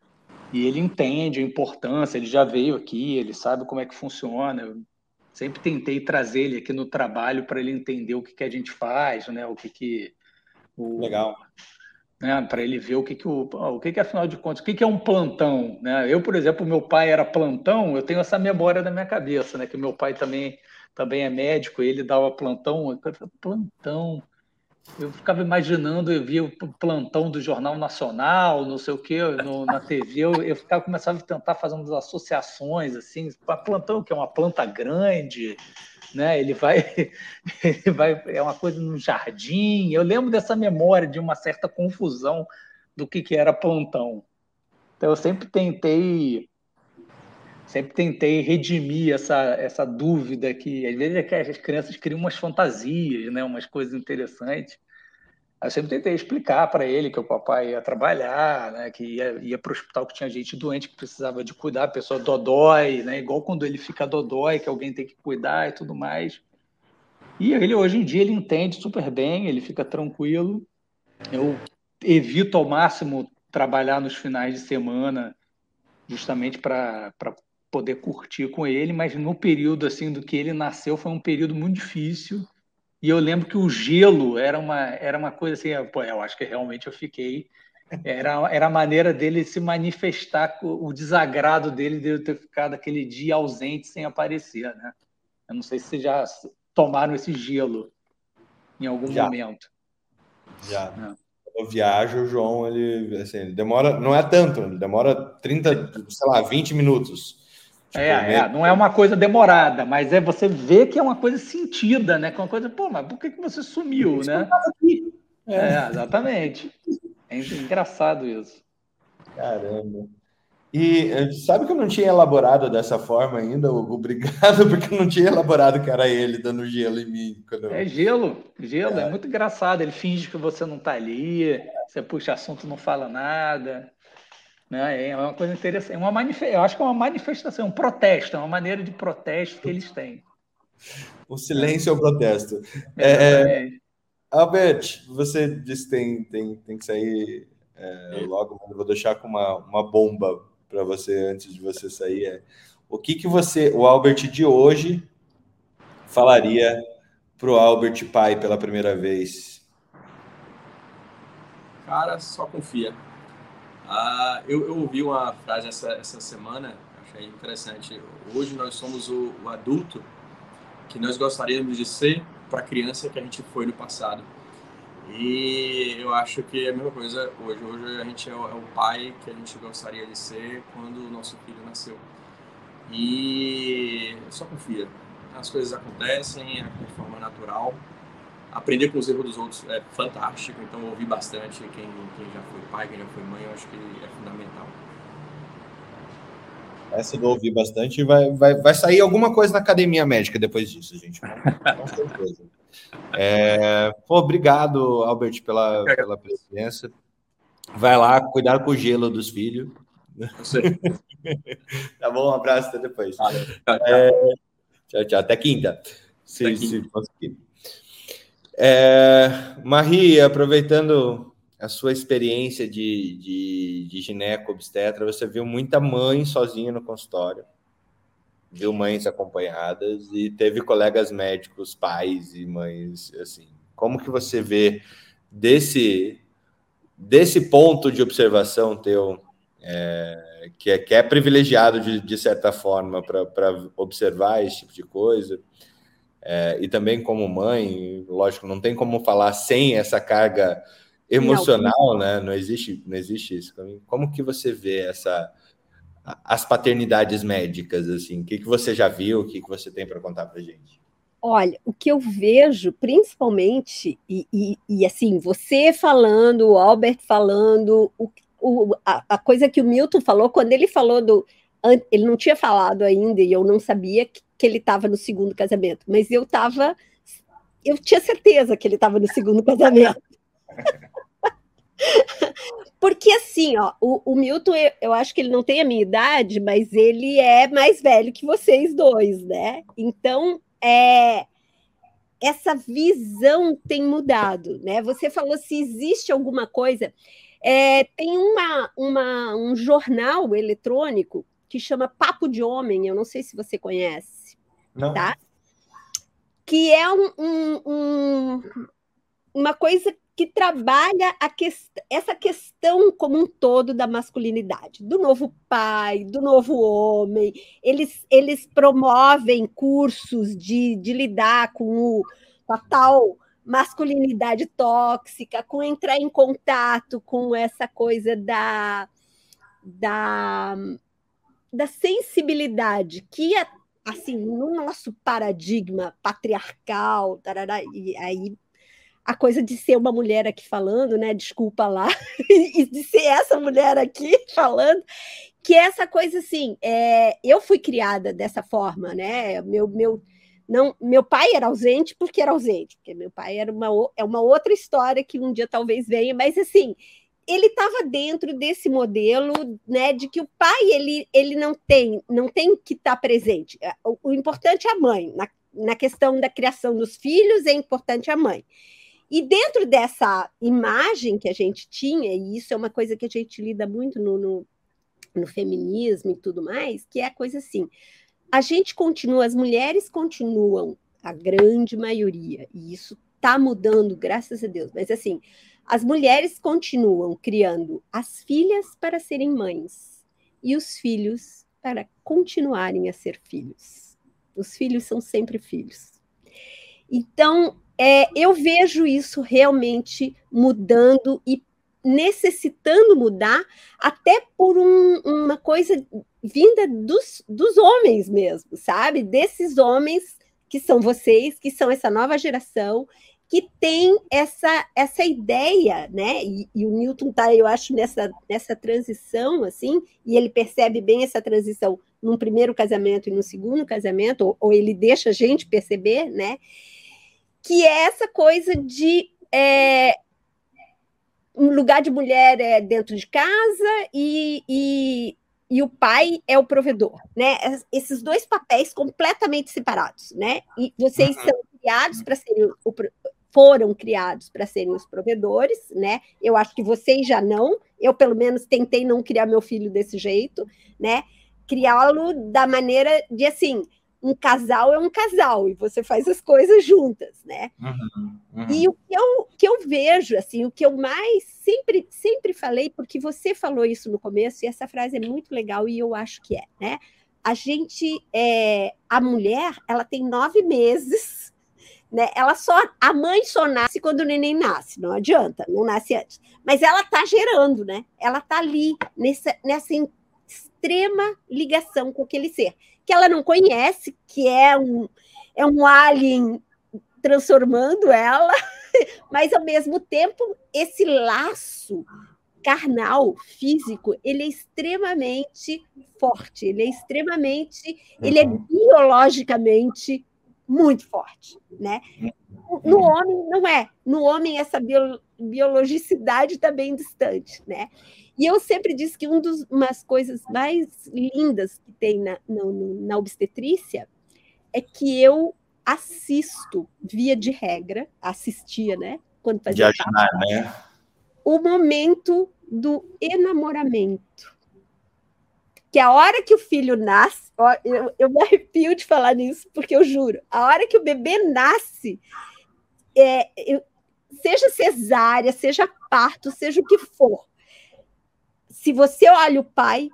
e ele entende a importância. Ele já veio aqui, ele sabe como é que funciona. Eu sempre tentei trazer ele aqui no trabalho para ele entender o que, que a gente faz, né? O que que o, Legal. né, para ele ver o que que o, o que que afinal de contas, o que que é um plantão, né? Eu, por exemplo, meu pai era plantão, eu tenho essa memória na minha cabeça, né, que meu pai também também é médico, ele dava plantão, eu falei, plantão. Eu ficava imaginando, eu via o plantão do Jornal Nacional, não sei o quê, no, na T V, eu, eu ficava começava a tentar fazer umas associações assim, plantão que é uma planta grande, né? Ele vai, ele vai, é uma coisa no jardim. Eu lembro dessa memória de uma certa confusão do que, que era plantão. Então eu sempre tentei, sempre tentei redimir essa, essa dúvida que às vezes é que as crianças criam umas fantasias, né? Umas coisas interessantes. Eu sempre tentei explicar para ele que o papai ia trabalhar, né? Que ia, ia para o hospital, que tinha gente doente que precisava de cuidar, a pessoa dodói, né? Igual quando ele fica dodói, que alguém tem que cuidar e tudo mais. E ele, hoje em dia, ele entende super bem, ele fica tranquilo. Eu evito ao máximo trabalhar nos finais de semana, justamente para poder curtir com ele, mas no período assim do que ele nasceu foi um período muito difícil. E eu lembro que o gelo era uma, era uma coisa assim, pô, eu acho que realmente eu fiquei. Era, era a maneira dele se manifestar, o desagrado dele de eu ter ficado aquele dia ausente sem aparecer, né? Eu não sei se vocês já tomaram esse gelo em algum Já. momento. Já. É. Quando eu viajo, o João, ele, assim, ele demora, não é tanto, ele demora trinta, sei lá, vinte minutos. Tipo, É, meio... é, não é uma coisa demorada, mas é você vê que é uma coisa sentida, né? Que é uma coisa, pô, mas por que, que você sumiu, né? É. é, exatamente. É engraçado isso. Caramba. E sabe que eu não tinha elaborado dessa forma ainda, Hugo? Obrigado, porque eu não tinha elaborado que era ele dando gelo em mim. Quando... É gelo, gelo, é. é muito engraçado. Ele finge que você não tá ali, você puxa assunto, não fala nada. Né? É uma coisa interessante. É uma manif... Eu acho que é uma manifestação, um protesto, é uma maneira de protesto que eles têm. O silêncio é o protesto. É, Albert, você disse que tem, tem, tem que sair é, logo, mas eu vou deixar com uma, uma bomba para você antes de você sair. É, o que, que você, o Albert de hoje, falaria para o Albert pai pela primeira vez? Cara, só confia. Ah, eu, eu ouvi uma frase essa, essa semana, achei interessante. Hoje nós somos o, o adulto que nós gostaríamos de ser para a criança que a gente foi no passado. E eu acho que é a mesma coisa hoje. Hoje a gente é o, é o pai que a gente gostaria de ser quando o nosso filho nasceu. E só confia. As coisas acontecem de forma natural. Aprender com os erros dos outros é fantástico. Então, ouvir bastante quem, quem já foi pai, quem já foi mãe, eu acho que é fundamental. Essa do ouvir bastante, vai, vai, vai sair alguma coisa na academia médica depois disso, gente. Com certeza. É, pô, obrigado, Albert, pela, pela presença. Vai lá cuidar com o gelo dos filhos. Eu sei. Tá bom, um abraço, até depois. Valeu. Tchau, tchau. É, tchau, tchau. Até quinta. Se, Até se quinta. conseguir. É, Marie, aproveitando a sua experiência de, de, de gineco-obstetra, você viu muita mãe sozinha no consultório, viu mães acompanhadas e teve colegas médicos, pais e mães, assim. Como que você vê desse, desse ponto de observação teu, é, que, é, que é privilegiado de, de certa forma para observar esse tipo de coisa? É, e também como mãe, lógico, não tem como falar sem essa carga emocional, não. né? Não existe, não existe isso. Como que você vê essa, as paternidades médicas, assim? O que, que você já viu? O que, que você tem para contar para a gente? Olha, o que eu vejo, principalmente, e, e, e assim, você falando, o Albert falando, o, o, a, a coisa que o Milton falou, quando ele falou do... Ele não tinha falado ainda, e eu não sabia que que ele estava no segundo casamento, mas eu estava, eu tinha certeza que ele estava no segundo casamento. Porque assim, ó, o, o Milton, eu, eu acho que ele não tem a minha idade, mas ele é mais velho que vocês dois, né? Então, é, essa visão tem mudado, né? Você falou se existe alguma coisa. É, tem uma, uma, um jornal eletrônico que chama Papo de Homem, eu não sei se você conhece. Não. Tá? Que é um, um, um, uma coisa que trabalha a que, essa questão como um todo da masculinidade, do novo pai, do novo homem. Eles, eles promovem cursos de, de lidar com, o, com a tal masculinidade tóxica, com entrar em contato com essa coisa da, da, da sensibilidade que a assim, no nosso paradigma patriarcal, tarará, e aí a coisa de ser uma mulher aqui falando, né? Desculpa lá, e de ser essa mulher aqui falando, que é essa coisa assim, é, eu fui criada dessa forma, né? Meu, meu, não, meu pai era ausente porque era ausente, porque meu pai era uma, é uma outra história que um dia talvez venha, mas assim, ele estava dentro desse modelo, né, de que o pai ele, ele não tem não tem que estar tá presente. O, o importante é a mãe. Na, na questão da criação dos filhos, é importante a mãe. E dentro dessa imagem que a gente tinha, e isso é uma coisa que a gente lida muito no, no, no feminismo e tudo mais, que é a coisa assim, a gente continua, as mulheres continuam, a grande maioria, e isso está mudando, graças a Deus, mas assim, as mulheres continuam criando as filhas para serem mães e os filhos para continuarem a ser filhos. Os filhos são sempre filhos. Então, é, eu vejo isso realmente mudando e necessitando mudar, até por um, uma coisa vinda dos, dos homens mesmo, sabe? Desses homens que são vocês, que são essa nova geração, que tem essa, essa ideia, né? E, e o Milton está, eu acho, nessa, nessa transição, assim, e ele percebe bem essa transição num primeiro casamento e no segundo casamento, ou, ou ele deixa a gente perceber, né? Que é essa coisa de é, um lugar de mulher é dentro de casa e, e, e o pai é o provedor, né? Esses dois papéis completamente separados, né? E vocês são criados para serem o, foram criados para serem os provedores, né? Eu acho que vocês já não. Eu pelo menos tentei não criar meu filho desse jeito, né? Criá-lo da maneira de assim, um casal é um casal e você faz as coisas juntas, né? Uhum, uhum. E o que eu, que eu vejo, assim, o que eu mais sempre, sempre falei, porque você falou isso no começo, e essa frase é muito legal, e eu acho que é, né? A gente, é, a mulher, ela tem nove meses, né? Ela só, a mãe só nasce quando o neném nasce, não adianta, não nasce antes. Mas ela está gerando, né? Ela está ali, nessa, nessa extrema ligação com aquele ser, que ela não conhece, que é um, é um alien transformando ela, mas, ao mesmo tempo, esse laço carnal, físico, ele é extremamente forte, ele é extremamente, ele é biologicamente muito forte, né? No homem, não é. No homem, essa bio, biologicidade está bem distante, né? E eu sempre disse que uma das coisas mais lindas que tem na, na, na obstetrícia é que eu assisto, via de regra, assistia, né? Quando fazia de ajudar, né? O momento do enamoramento. Que a hora que o filho nasce, ó, eu, eu me arrepio de falar nisso, porque eu juro, a hora que o bebê nasce, é, eu, seja cesárea, seja parto, seja o que for, se você olha o pai,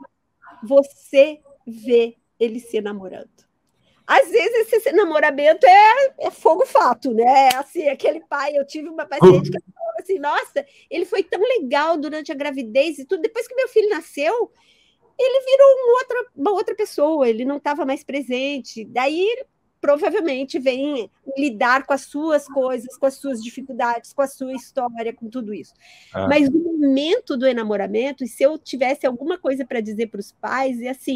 você vê ele se namorando. Às vezes esse namoramento é, é fogo fato, né? Assim, aquele pai, eu tive uma paciente que falou assim, nossa, ele foi tão legal durante a gravidez e tudo, depois que meu filho nasceu, ele virou uma outra, uma outra pessoa, ele não estava mais presente. Daí, provavelmente, vem lidar com as suas coisas, com as suas dificuldades, com a sua história, com tudo isso. Ah. Mas no momento do enamoramento, e se eu tivesse alguma coisa para dizer para os pais, é assim,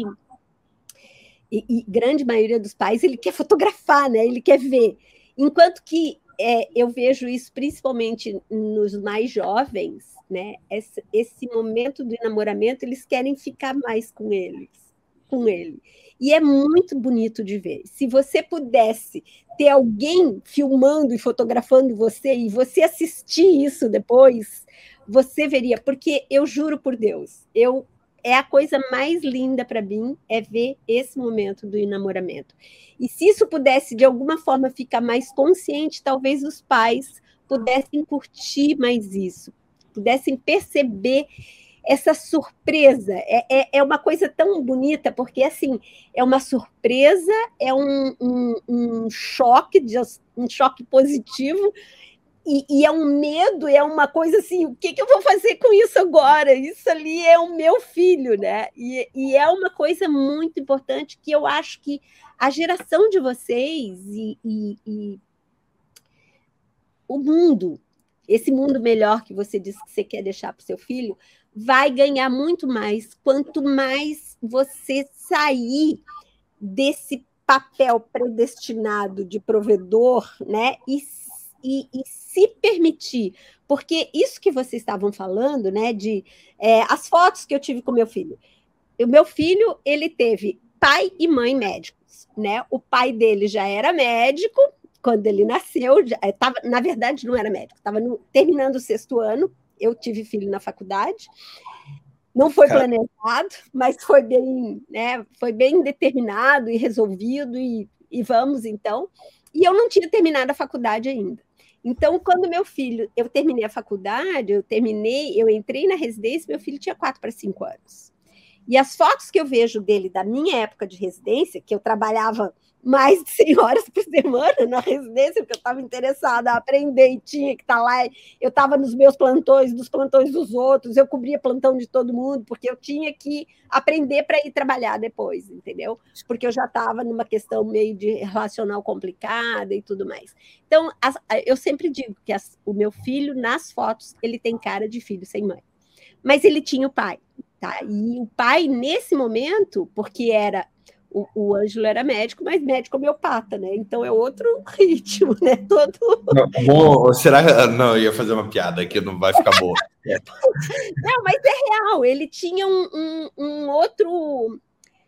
e, e grande maioria dos pais, ele quer fotografar, né? Ele quer ver. Enquanto que é, eu vejo isso principalmente nos mais jovens, né? Esse, esse momento do enamoramento, eles querem ficar mais com eles, com ele. E é muito bonito de ver. Se você pudesse ter alguém filmando e fotografando você e você assistir isso depois, você veria, porque eu juro por Deus, eu é a coisa mais linda para mim é ver esse momento do enamoramento. E se isso pudesse, de alguma forma, ficar mais consciente, talvez os pais pudessem curtir mais isso, pudessem perceber essa surpresa. É, é, é uma coisa tão bonita, porque, assim, é uma surpresa, é um, um, um choque, um choque positivo, E, e é um medo, é uma coisa assim, o que, que eu vou fazer com isso agora? Isso ali é o meu filho, né? E, e é uma coisa muito importante que eu acho que a geração de vocês e, e, e o mundo, esse mundo melhor que você disse que você quer deixar para o seu filho, vai ganhar muito mais quanto mais você sair desse papel predestinado de provedor, né? E E, e se permitir, porque isso que vocês estavam falando, né, de é, as fotos que eu tive com meu filho. O meu filho, ele teve pai e mãe médicos, né? O pai dele já era médico quando ele nasceu, já, tava, na verdade não era médico, estava terminando o sexto ano, eu tive filho na faculdade, não foi planejado, mas foi bem, né, foi bem determinado e resolvido, e, e vamos então, e eu não tinha terminado a faculdade ainda. Então, quando meu filho, eu terminei a faculdade, eu terminei, eu entrei na residência, meu filho tinha quatro para cinco anos. E as fotos que eu vejo dele da minha época de residência, que eu trabalhava mais de cem horas por semana na residência, porque eu estava interessada a aprender e tinha que estar lá. Eu estava nos meus plantões, nos plantões dos outros, eu cobria plantão de todo mundo, porque eu tinha que aprender para ir trabalhar depois, entendeu? Porque eu já estava numa questão meio de relacional complicada e tudo mais. Então, as, eu sempre digo que as, o meu filho, nas fotos, ele tem cara de filho sem mãe. Mas ele tinha o pai, tá? E o pai, nesse momento, porque era O, o Ângelo era médico, mas médico homeopata, né? Então é outro ritmo, né? Todo... Bom, será que... Não, eu ia fazer uma piada que não vai ficar boa. Não, mas é real. Ele tinha um, um, um outro...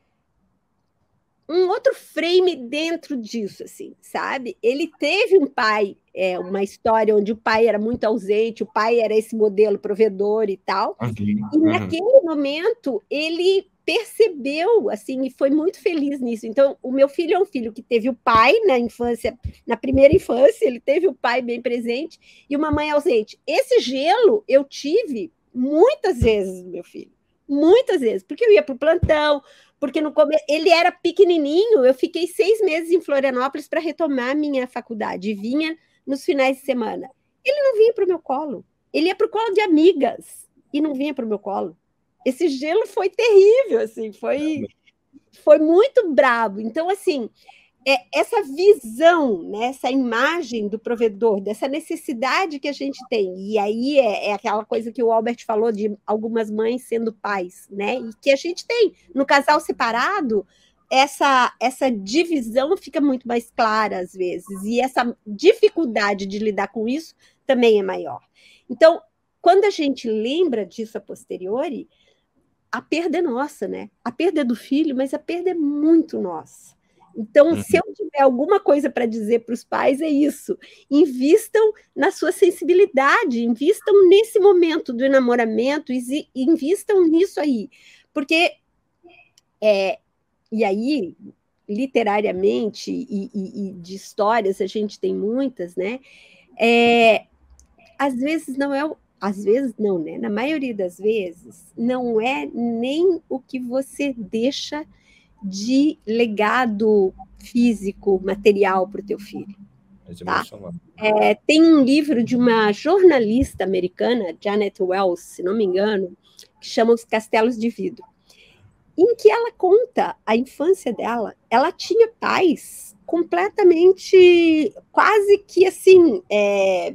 um outro frame dentro disso, assim, sabe? Ele teve um pai, é, uma história onde o pai era muito ausente, o pai era esse modelo provedor e tal. Uhum, e uhum. naquele momento, ele percebeu, assim, e foi muito feliz nisso. Então, o meu filho é um filho que teve o pai na infância, na primeira infância, ele teve o pai bem presente e uma mãe ausente. Esse gelo eu tive muitas vezes, meu filho, muitas vezes, porque eu ia para o plantão, porque no começo ele era pequenininho, eu fiquei seis meses em Florianópolis para retomar minha faculdade, e vinha nos finais de semana. Ele não vinha para o meu colo, ele ia para o colo de amigas e não vinha para o meu colo. Esse gelo foi terrível, assim, foi, foi muito brabo. Então, assim, é, essa visão, né, essa imagem do provedor, dessa necessidade que a gente tem, e aí é, é aquela coisa que o Albert falou de algumas mães sendo pais, né, e que a gente tem no casal separado, essa, essa divisão fica muito mais clara às vezes, e essa dificuldade de lidar com isso também é maior. Então, quando a gente lembra disso a posteriori, a perda é nossa, né? A perda é do filho, mas a perda é muito nossa. Então, uhum. se eu tiver alguma coisa para dizer para os pais, é isso. Invistam na sua sensibilidade, invistam nesse momento do enamoramento, invistam nisso aí. Porque, é, e aí, literariamente e, e, e de histórias, a gente tem muitas, né? É, às vezes não é... Às vezes não, né? Na maioria das vezes, não é nem o que você deixa de legado físico, material para o teu filho. Tá? É, tem um livro de uma jornalista americana, Janet Wells, se não me engano, que chama Os Castelos de Vidro, em que ela conta a infância dela. Ela tinha pais completamente, quase que assim... É,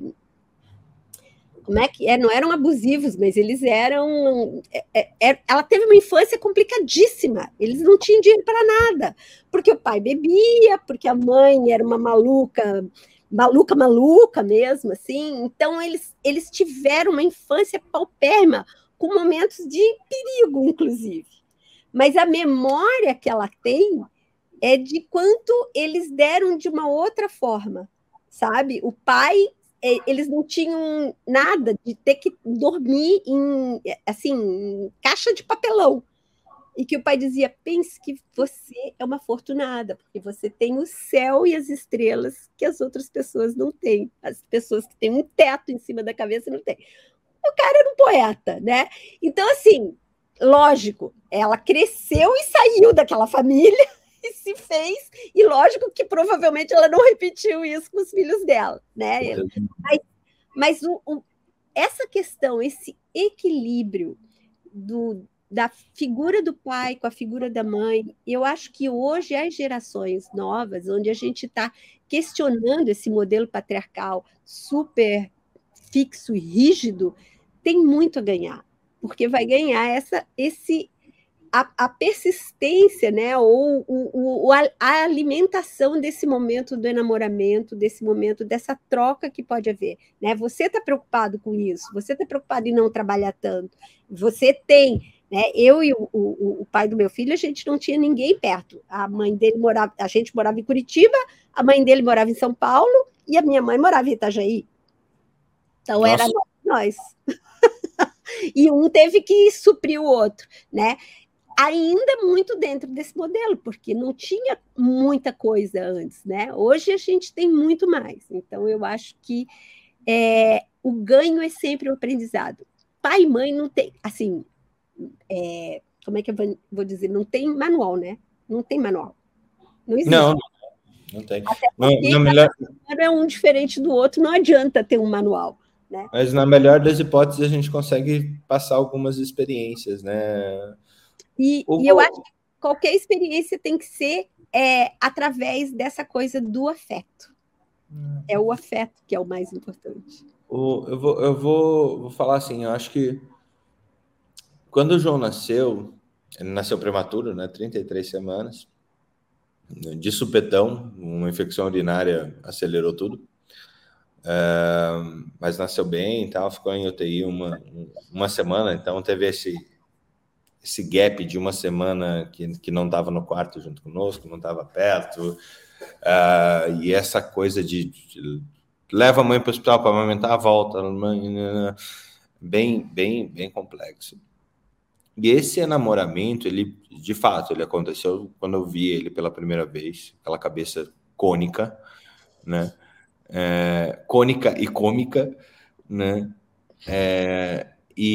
como é que é? Não eram abusivos, mas eles eram... É, é, ela teve uma infância complicadíssima, eles não tinham dinheiro para nada, porque o pai bebia, porque a mãe era uma maluca, maluca, maluca mesmo, assim, então eles, eles tiveram uma infância paupérrima, com momentos de perigo, inclusive. Mas a memória que ela tem é de quanto eles deram de uma outra forma, sabe? O pai... eles não tinham nada de ter que dormir em, assim, em caixa de papelão. E que o pai dizia, pense que você é uma afortunada, porque você tem o céu e as estrelas que as outras pessoas não têm. As pessoas que têm um teto em cima da cabeça não têm. O cara era um poeta, né? Então, assim, lógico, ela cresceu e saiu daquela família, e se fez, e lógico que provavelmente ela não repetiu isso com os filhos dela, né? Mas, mas o, o, essa questão, esse equilíbrio do, da figura do pai com a figura da mãe, eu acho que hoje as gerações novas, onde a gente está questionando esse modelo patriarcal super fixo e rígido, tem muito a ganhar, porque vai ganhar essa, esse A, a persistência, né, ou o, o, a, a alimentação desse momento do enamoramento, desse momento, dessa troca que pode haver. Né? Você está preocupado com isso, você está preocupado em não trabalhar tanto, você tem... Né, eu e o, o, o pai do meu filho, a gente não tinha ninguém perto. A mãe dele morava... A gente morava em Curitiba, a mãe dele morava em São Paulo e a minha mãe morava em Itajaí. Então, Nossa. Era nós. E um teve que suprir o outro, né? Ainda muito dentro desse modelo, porque não tinha muita coisa antes, né? Hoje a gente tem muito mais. Então, eu acho que é, o ganho é sempre o aprendizado. Pai e mãe não tem, assim, é, como é que eu vou dizer? Não tem manual, né? Não tem manual. Não existe. Não, não tem. Até não, porque não, melhor... é um diferente do outro, não adianta ter um manual. Né? Mas, na melhor das hipóteses, a gente consegue passar algumas experiências, né? E, o... e eu acho que qualquer experiência tem que ser é, através dessa coisa do afeto. Hum. É o afeto que é o mais importante. O, eu vou, eu vou, vou falar assim, eu acho que quando o João nasceu, ele nasceu prematuro, né? trinta e três semanas, de supetão, uma infecção urinária acelerou tudo. Uh, mas nasceu bem e tal, ficou em U T I uma, uma semana, então teve esse, esse gap de uma semana que, que não estava no quarto junto conosco, não estava perto, uh, e essa coisa de, de leva a mãe para o hospital para amamentar a volta, bem, bem, bem complexo. E esse enamoramento, ele, de fato, ele aconteceu quando eu vi ele pela primeira vez, aquela cabeça cônica, né? É, cônica e cômica, né? É,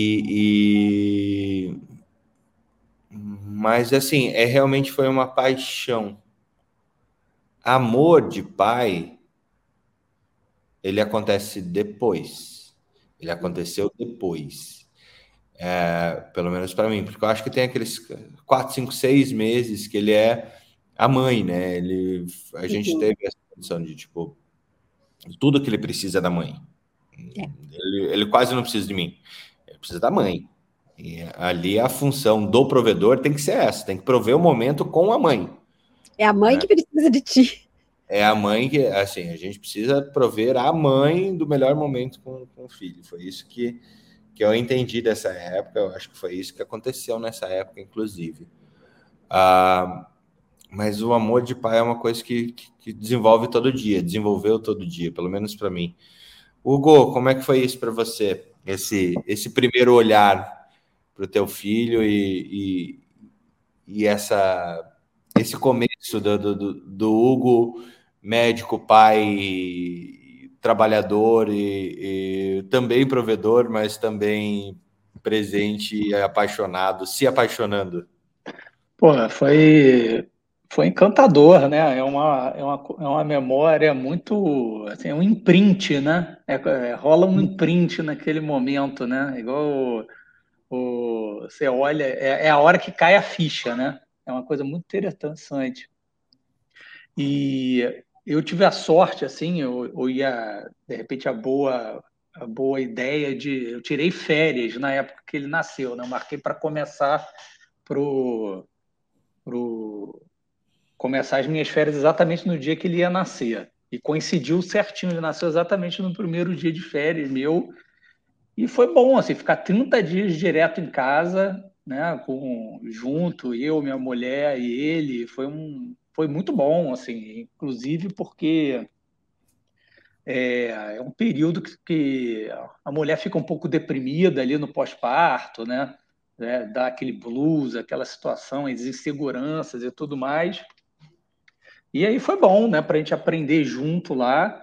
e, e... Mas, assim, é, realmente foi uma paixão. Amor de pai, ele acontece depois. Ele aconteceu depois. É, pelo menos para mim, porque eu acho que tem aqueles quatro, cinco, seis meses que ele é a mãe, né? Ele, a gente uhum. teve essa condição de, tipo, tudo que ele precisa é da mãe. É. Ele, ele quase não precisa de mim. Ele precisa da mãe. E ali a função do provedor tem que ser essa. Tem que prover o momento com a mãe. É a mãe né? que precisa de ti. É a mãe que, assim, a gente precisa prover a mãe do melhor momento com, com o filho. Foi isso que, que eu entendi dessa época. Eu acho que foi isso que aconteceu nessa época, inclusive. Ah, mas o amor de pai é uma coisa que, que, que desenvolve todo dia, desenvolveu todo dia, pelo menos para mim. Hugo, como é que foi isso para você? Esse, esse primeiro olhar para o teu filho e, e, e essa, esse começo do, do, do Hugo, médico, pai, trabalhador e, e também provedor, mas também presente e apaixonado, se apaixonando. Pô, foi... Foi encantador, né? É uma, é uma, é uma memória muito... Assim, é um imprint, né? É, é, rola um imprint naquele momento, né? Igual o, o, você olha... É, é a hora que cai a ficha, né? É uma coisa muito interessante. E eu tive a sorte, assim, eu, eu ia... De repente, a boa, a boa ideia de... Eu tirei férias na época que ele nasceu, né? Eu marquei para começar pro... pro começar as minhas férias exatamente no dia que ele ia nascer. E coincidiu certinho, ele nasceu exatamente no primeiro dia de férias meu. E foi bom, assim, ficar trinta dias direto em casa, né, com, junto, eu, minha mulher e ele. Foi, um, foi muito bom, assim, inclusive porque é, é um período que, que a mulher fica um pouco deprimida ali no pós-parto, né? né, dá aquele blues, aquela situação, as inseguranças e tudo mais. E aí foi bom, né, para a gente aprender junto lá.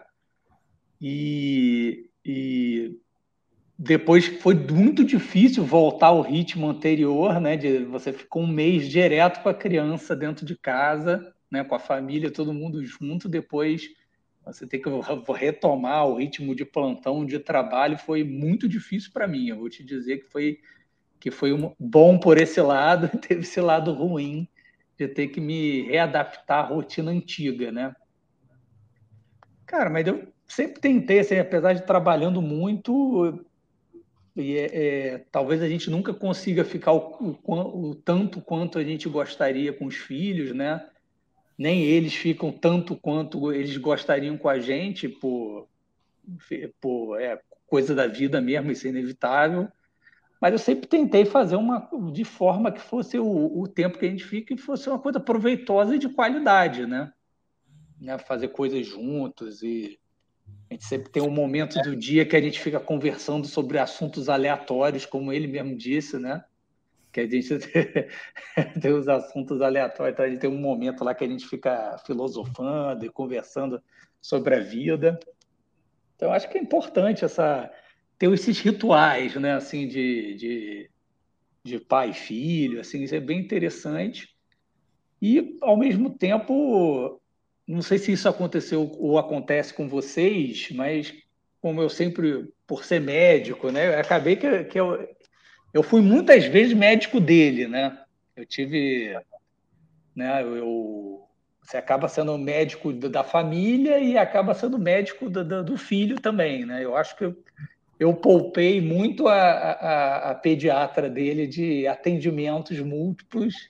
E, e depois foi muito difícil voltar ao ritmo anterior, né? De você ficou um mês direto com a criança dentro de casa, né, com a família, todo mundo junto. Depois você tem que retomar o ritmo de plantão, de trabalho. Foi muito difícil para mim. Eu vou te dizer que foi, que foi um, bom por esse lado, teve esse lado ruim de ter que me readaptar à rotina antiga, né? Cara, mas eu sempre tentei, assim, apesar de trabalhando muito, e é, é, talvez a gente nunca consiga ficar o, o, o tanto quanto a gente gostaria com os filhos, né? Nem eles ficam tanto quanto eles gostariam com a gente, por, por é, coisa da vida mesmo, isso é inevitável. Mas eu sempre tentei fazer uma de forma que fosse o, o tempo que a gente fica e fosse uma coisa proveitosa e de qualidade, né? né? Fazer coisas juntos e a gente sempre tem um momento do dia que a gente fica conversando sobre assuntos aleatórios, como ele mesmo disse, né? Que a gente tem os assuntos aleatórios, então a gente tem um momento lá que a gente fica filosofando e conversando sobre a vida. Então, acho que é importante essa, ter esses rituais, né? Assim, de, de, de pai e filho, assim, isso é bem interessante. E, ao mesmo tempo, não sei se isso aconteceu ou acontece com vocês, mas como eu sempre, por ser médico, né? Eu acabei que, que eu, eu fui muitas vezes médico dele, né? Eu tive... Né, eu, você acaba sendo médico da família e acaba sendo médico do, do, do filho também, né? Eu acho que eu, eu poupei muito a, a, a pediatra dele de atendimentos múltiplos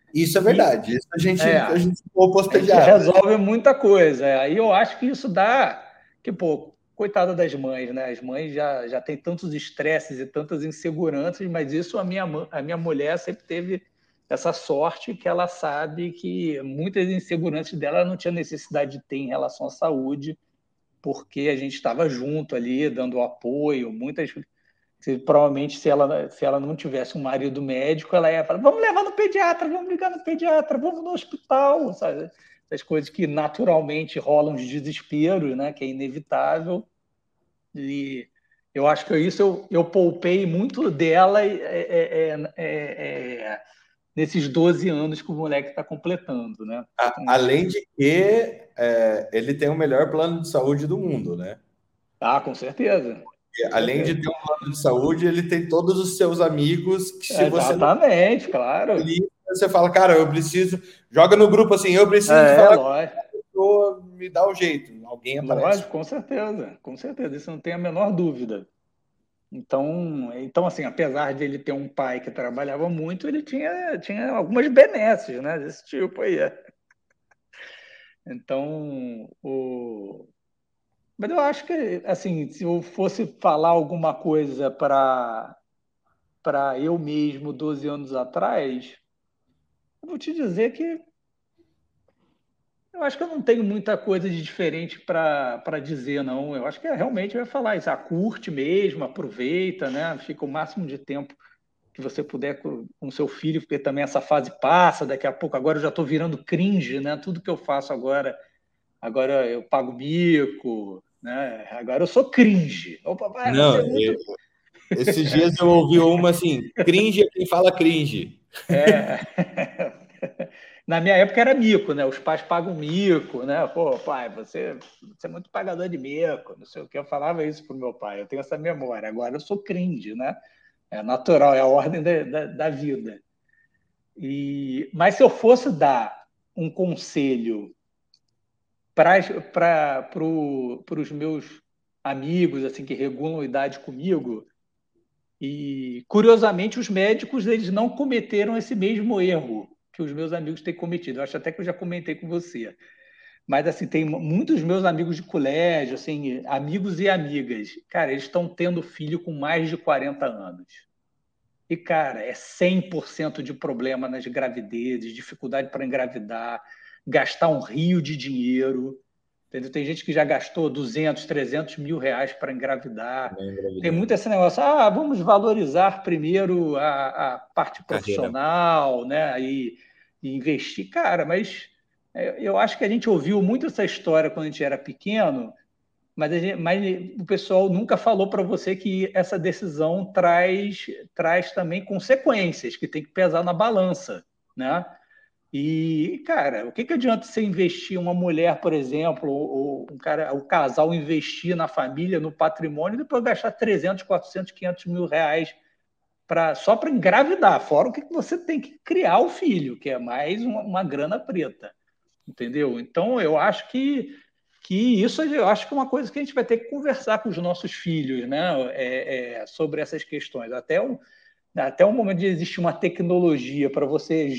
Isso é verdade. Isso a gente, É, a gente pôs a gente postejado. resolve muita coisa. Aí eu acho que isso dá... Que, pô, coitada das mães, né? As mães já, já têm tantos estresses e tantas inseguranças, mas isso a minha, a minha mulher sempre teve essa sorte que ela sabe que muitas inseguranças dela não tinha necessidade de ter em relação à saúde, porque a gente estava junto ali, dando apoio. Muitas, se, provavelmente, se ela, se ela não tivesse um marido médico, ela ia falar: vamos levar no pediatra, vamos ligar no pediatra, vamos no hospital, sabe? Essas coisas que naturalmente rolam de desespero, né? Que é inevitável. E eu acho que isso eu, eu poupei muito dela é, é, é, é, nesses doze anos que o moleque está completando, né? A, além de que é, ele tem o melhor plano de saúde do mundo, né? Ah, com certeza. E, além de ter um plano de saúde, ele tem todos os seus amigos que se Exatamente, você não... claro. Você fala, cara, eu preciso... Joga no grupo assim, eu preciso é, de falar lógico. com a pessoa, me dá um jeito. Alguém aparece. Lógico, com certeza. Com certeza, isso não tem a menor dúvida. Então, então, assim, apesar de ele ter um pai que trabalhava muito, ele tinha, tinha algumas benesses, né, desse tipo aí. Então, o... mas eu acho que, assim, se eu fosse falar alguma coisa para para eu mesmo doze anos atrás, eu vou te dizer que eu acho que eu não tenho muita coisa de diferente para para dizer, não. Eu acho que é, realmente vai falar isso. Ah, curte mesmo, aproveita, né? Fica o máximo de tempo que você puder com o seu filho, porque também essa fase passa, daqui a pouco, agora eu já estou virando cringe, né? Tudo que eu faço agora, agora eu pago mico, né? Agora eu sou cringe. O papai, não, você é muito... eu, esses dias eu ouvi uma assim, cringe é quem fala cringe. É. Na minha época era mico, né? Os pais pagam mico, né? Pô, pai, você, você é muito pagador de mico, não sei o que. Eu falava isso pro meu pai, eu tenho essa memória. Agora eu sou cringe, né? É natural, é a ordem da, da, da vida. E, mas se eu fosse dar um conselho para pro, os meus amigos assim que regulam a idade comigo, e curiosamente os médicos eles não cometeram esse mesmo erro que os meus amigos têm cometido. Eu acho até que eu já comentei com você. Mas assim, tem muitos meus amigos de colégio, assim, amigos e amigas, cara, eles estão tendo filho com mais de quarenta anos. E, cara, é cem por cento de problema nas gravidezes, dificuldade para engravidar, gastar um rio de dinheiro. Entendeu? Tem gente que já gastou duzentos, trezentos mil reais para engravidar. Tem muito esse negócio, ah, vamos valorizar primeiro a, a parte profissional, né? E, e investir. Cara, mas eu acho que a gente ouviu muito essa história quando a gente era pequeno, mas, a gente, mas o pessoal nunca falou para você que essa decisão traz, traz também consequências, que tem que pesar na balança, né? E, cara, o que, que adianta você investir uma mulher, por exemplo, ou, ou um cara, o casal investir na família, no patrimônio, e depois gastar trezentos, quatrocentos, quinhentos mil reais pra, só para engravidar, fora o que, que você tem que criar o filho, que é mais uma, uma grana preta, entendeu? Então, eu acho que que isso eu acho que é uma coisa que a gente vai ter que conversar com os nossos filhos, né? É, é, sobre essas questões. Até o, até o momento de existir uma tecnologia para você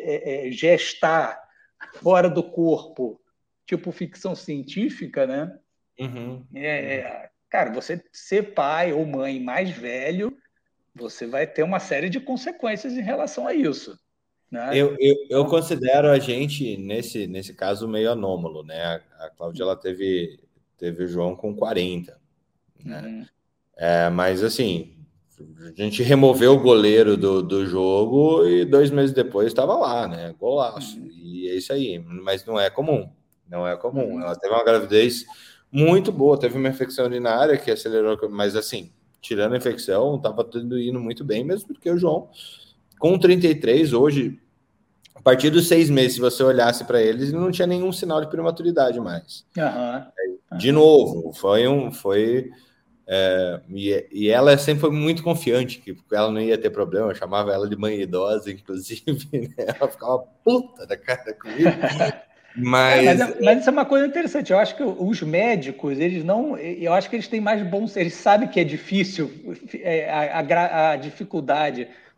gestar fora do corpo, tipo ficção científica, né? Uhum. É, cara, você ser pai ou mãe mais velho, você vai ter uma série de consequências em relação a isso. Né? Eu, eu, eu considero a gente, nesse, nesse caso, meio anômalo, né? A, a Cláudia, ela teve, teve o João com quarenta, né? Uhum. É, mas, assim, a gente removeu o goleiro do, do jogo e dois meses depois estava lá, né? Golaço. Uhum. E é isso aí. Mas não é comum. Não é comum. Uhum. Ela teve uma gravidez muito boa. Teve uma infecção urinária que acelerou, mas, assim, tirando a infecção, estava tudo indo muito bem, mesmo porque o João, com trinta e três, hoje... A partir dos seis meses, se você olhasse para eles, ele não tinha nenhum sinal de prematuridade mais. Uhum. De novo, foi um. Foi, é, e, e ela sempre foi muito confiante que ela não ia ter problema. Eu chamava ela de mãe idosa, inclusive. Né? Ela ficava puta da cara comigo. Mas... É, mas, mas isso é uma coisa interessante. Eu acho que os médicos, eles não. Eu acho que eles têm mais bom senso. Eles sabem que é difícil, é, a, a, a dificuldade.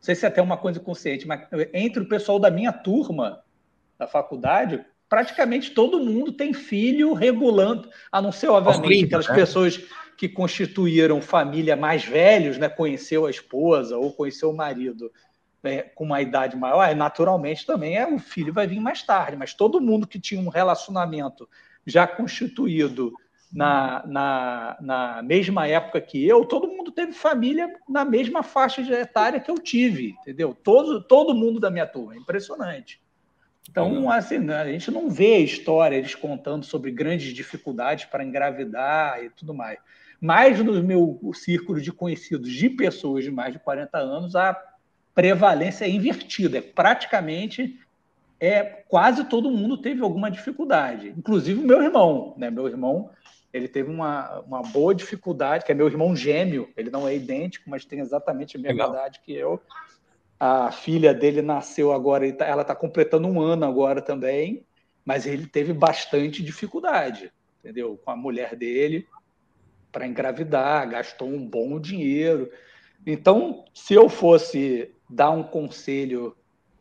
sei se é até uma coisa consciente, mas entre o pessoal da minha turma, da faculdade, praticamente todo mundo tem filho regulando, a não ser, obviamente, trinta, aquelas né? pessoas que constituíram família mais velhos, né? Conheceu a esposa ou conheceu o marido né? com uma idade maior, naturalmente também é, o filho vai vir mais tarde, mas todo mundo que tinha um relacionamento já constituído na, na, na mesma época que eu, todo mundo teve família na mesma faixa etária que eu tive, entendeu? Todo, todo mundo da minha turma, é impressionante. Então, assim, a gente não vê a história eles contando sobre grandes dificuldades para engravidar e tudo mais. Mas no meu círculo de conhecidos de pessoas de mais de quarenta anos, a prevalência é invertida. É praticamente, é, quase todo mundo teve alguma dificuldade. Inclusive o meu irmão. Né? Meu irmão ele teve uma, uma boa dificuldade, que é meu irmão gêmeo. Ele não é idêntico, mas tem exatamente a mesma Legal. idade que eu. A filha dele nasceu agora, ela está completando um ano agora também, mas ele teve bastante dificuldade, entendeu? Com a mulher dele para engravidar, gastou um bom dinheiro. Então, se eu fosse dar um conselho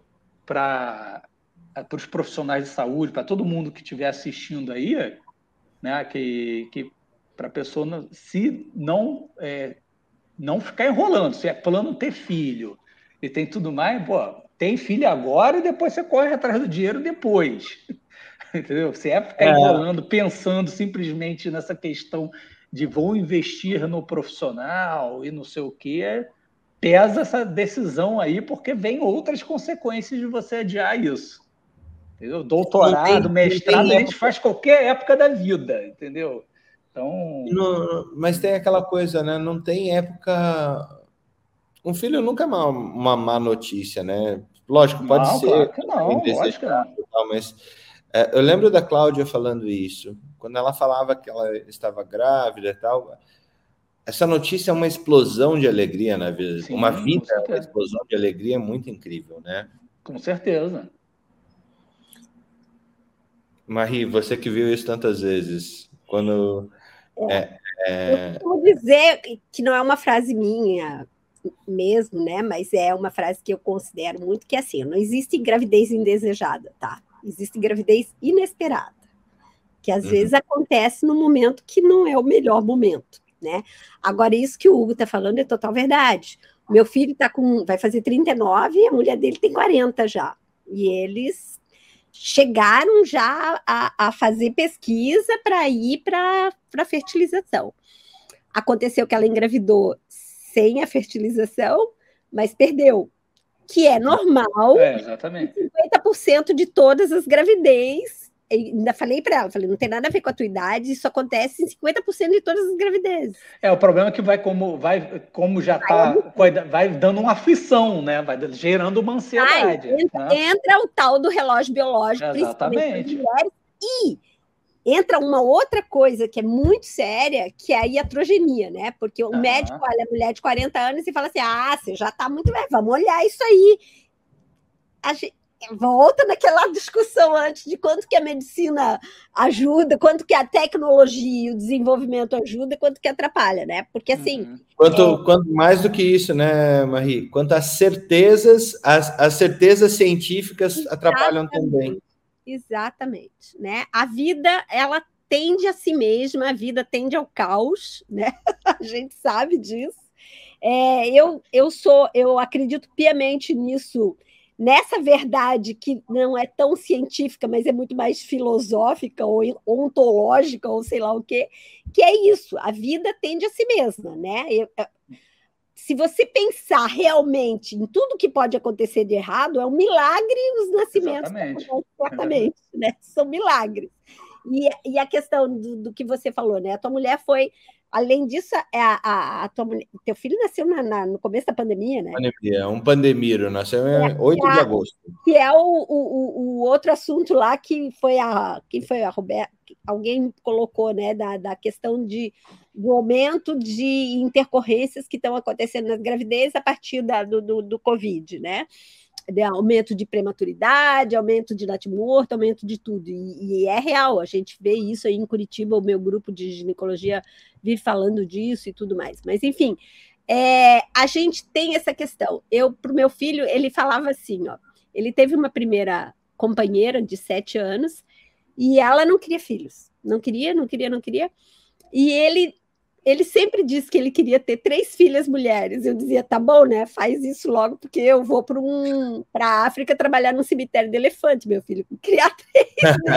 para para os profissionais de saúde, para todo mundo que estiver assistindo aí, né, que, que para a pessoa se não, é, não ficar enrolando, se é plano ter filho, e tem tudo mais, pô, tem filho agora e depois você corre atrás do dinheiro depois. Entendeu? Você é ficar é. enrolando, pensando simplesmente nessa questão de vou investir no profissional e não sei o quê, pesa essa decisão aí, porque vem outras consequências de você adiar isso. Entendeu? Doutorado, tem, mestrado, a gente faz qualquer época da vida, entendeu? Então... Não, mas tem aquela coisa, né? Não tem época... Um filho nunca é uma, uma má notícia, né? Lógico, pode não, ser. Claro que não, lógico que não. Tal, mas é, eu lembro da Cláudia falando isso. Quando ela falava que ela estava grávida e tal, essa notícia é uma explosão de alegria na vida. Sim, uma vida é uma explosão de alegria muito incrível, né? Com certeza. Marie, você que viu isso tantas vezes, quando... É, é... Eu vou dizer que não é uma frase minha... mesmo, né? Mas é uma frase que eu considero muito que é assim, não existe gravidez indesejada, tá? Existe gravidez inesperada, que às uhum. vezes acontece no momento que não é o melhor momento, né? Agora, isso que o Hugo tá falando é total verdade. Meu filho tá com, vai fazer trinta e nove e a mulher dele tem quarenta já. E eles chegaram já a, a fazer pesquisa para ir para a fertilização. Aconteceu que ela engravidou sem a fertilização, mas perdeu, que é normal. É, exatamente. cinquenta por cento de todas as gravidez, ainda falei para ela, falei, não tem nada a ver com a tua idade, isso acontece em cinquenta por cento de todas as gravidezes. É, o problema é que vai como, vai, como já está, vai, vai dando uma aflição, né? Vai gerando uma ansiedade. Ai, entra, né? entra o tal do relógio biológico, exatamente. Mulheres, e entra uma outra coisa que é muito séria, que é a iatrogenia, né? Porque o ah. médico olha a mulher de quarenta anos e fala assim, ah, você já está muito bem, vamos olhar isso aí. A gente volta naquela discussão antes de quanto que a medicina ajuda, quanto que a tecnologia e o desenvolvimento ajuda, quanto que atrapalha, né? Porque assim... Uhum. Quanto, é... quanto mais do que isso, né, Marie? Quanto às certezas, as, as certezas científicas Exatamente. atrapalham também. Exatamente, né? A vida, ela tende a si mesma, a vida tende ao caos, né? A gente sabe disso. É, eu, eu sou, eu acredito piamente nisso, nessa verdade que não é tão científica, mas é muito mais filosófica ou ontológica, ou sei lá o quê, que é isso, a vida tende a si mesma, né? Eu, se você pensar realmente em tudo que pode acontecer de errado, é um milagre os nascimentos. Exatamente. Certamente, uhum. né? São milagres. E, e a questão do, do que você falou, né? A tua mulher foi... Além disso, a, a, a tua mulher, teu filho nasceu na, na, no começo da pandemia, né? Pandemia, um pandemiro, nasceu em é, oito de agosto. Que é o, o, o outro assunto lá que foi a... Quem foi a Roberta? Alguém colocou, né? Da, da questão de, do aumento de intercorrências que estão acontecendo nas gravidezes a partir da, do, do, do Covid, né? De aumento de prematuridade, aumento de natimorto, aumento de tudo. E, e é real, a gente vê isso aí em Curitiba, o meu grupo de ginecologia vive falando disso e tudo mais. Mas, enfim, é, a gente tem essa questão. Eu, para o meu filho, ele falava assim, ó, ele teve uma primeira companheira de sete anos e ela não queria filhos. Não queria, não queria, não queria. E ele, ele sempre disse que ele queria ter três filhas mulheres. Eu dizia, tá bom, né? Faz isso logo, porque eu vou para um, a África trabalhar num cemitério de elefante, meu filho. Criar três, né?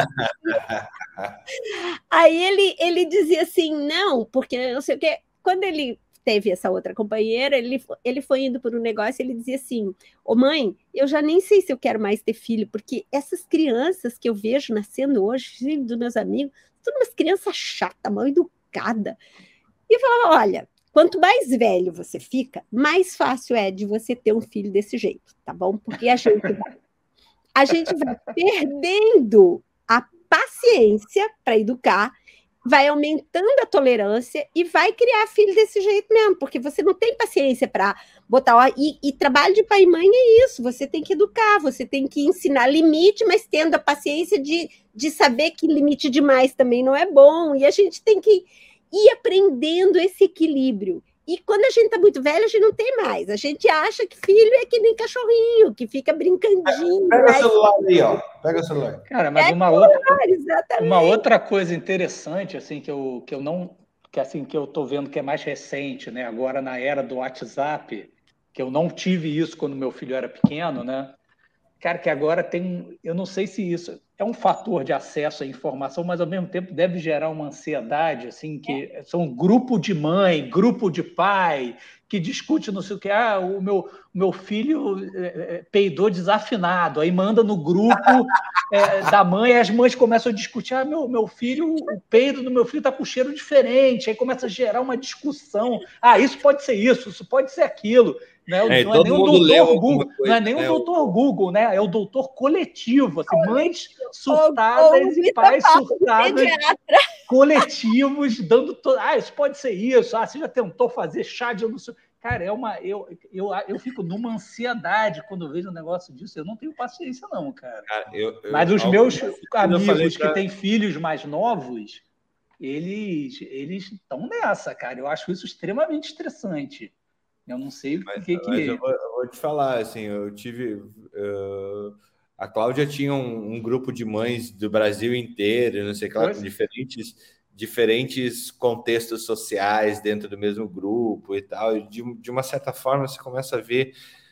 Aí ele, ele dizia assim, não, porque não sei o quê. Quando ele teve essa outra companheira, ele, ele foi indo por um negócio e ele dizia assim, ô mãe, eu já nem sei se eu quero mais ter filho, porque essas crianças que eu vejo nascendo hoje, filho dos meus amigos, são umas crianças chatas, mal educadas. E eu falava, olha, quanto mais velho você fica, mais fácil é de você ter um filho desse jeito, tá bom? Porque a gente vai, a gente vai perdendo a paciência para educar, vai aumentando a tolerância e vai criar filho desse jeito mesmo, porque você não tem paciência para botar... E, e trabalho de pai e mãe é isso, você tem que educar, você tem que ensinar limite, mas tendo a paciência de, de saber que limite demais também não é bom, e a gente tem que ir aprendendo esse equilíbrio. E quando a gente está muito velho, a gente não tem mais. A gente acha que filho é que nem cachorrinho, que fica brincandinho. Pega mas... o celular aí, ó. Pega o celular. Cara, mas é uma, outra, exatamente. uma outra coisa interessante, assim, que eu, que eu não... Que, assim, que eu tô vendo que é mais recente, né? Agora, na era do WhatsApp, que eu não tive isso quando meu filho era pequeno, né? Cara, que agora tem... Eu não sei se isso é um fator de acesso à informação, mas, ao mesmo tempo, deve gerar uma ansiedade, assim, que é. São grupo de mãe, grupo de pai, que discute não sei o que. Ah, o meu, o meu filho é, peidou desafinado. Aí manda no grupo é, da mãe, e as mães começam a discutir. Ah, meu, meu filho, o peido do meu filho está com cheiro diferente. Aí começa a gerar uma discussão. Ah, isso pode ser isso, isso pode ser aquilo. Não é, É, não é nem o doutor Google, coisa, não é nem né? o doutor Google, né? É o doutor coletivo, assim, mães surtadas ou, ou e pais surtados, coletivos, dando todo. Ah, isso pode ser isso. Ah, você já tentou fazer chá de não sei. Cara, é uma. Eu, eu, eu fico numa ansiedade quando eu vejo um negócio disso. Eu não tenho paciência, não, cara. cara eu, eu, Mas os meus amigos pra... que têm filhos mais novos, eles eles estão nessa, cara. Eu acho isso extremamente estressante. Eu não sei o mas, que que... Mas eu vou, eu vou te falar, assim, eu tive... Uh, a Cláudia tinha um, um grupo de mães do Brasil inteiro, não sei, claro, com diferentes, diferentes contextos sociais dentro do mesmo grupo e tal, e de, de uma certa forma você começa a ver,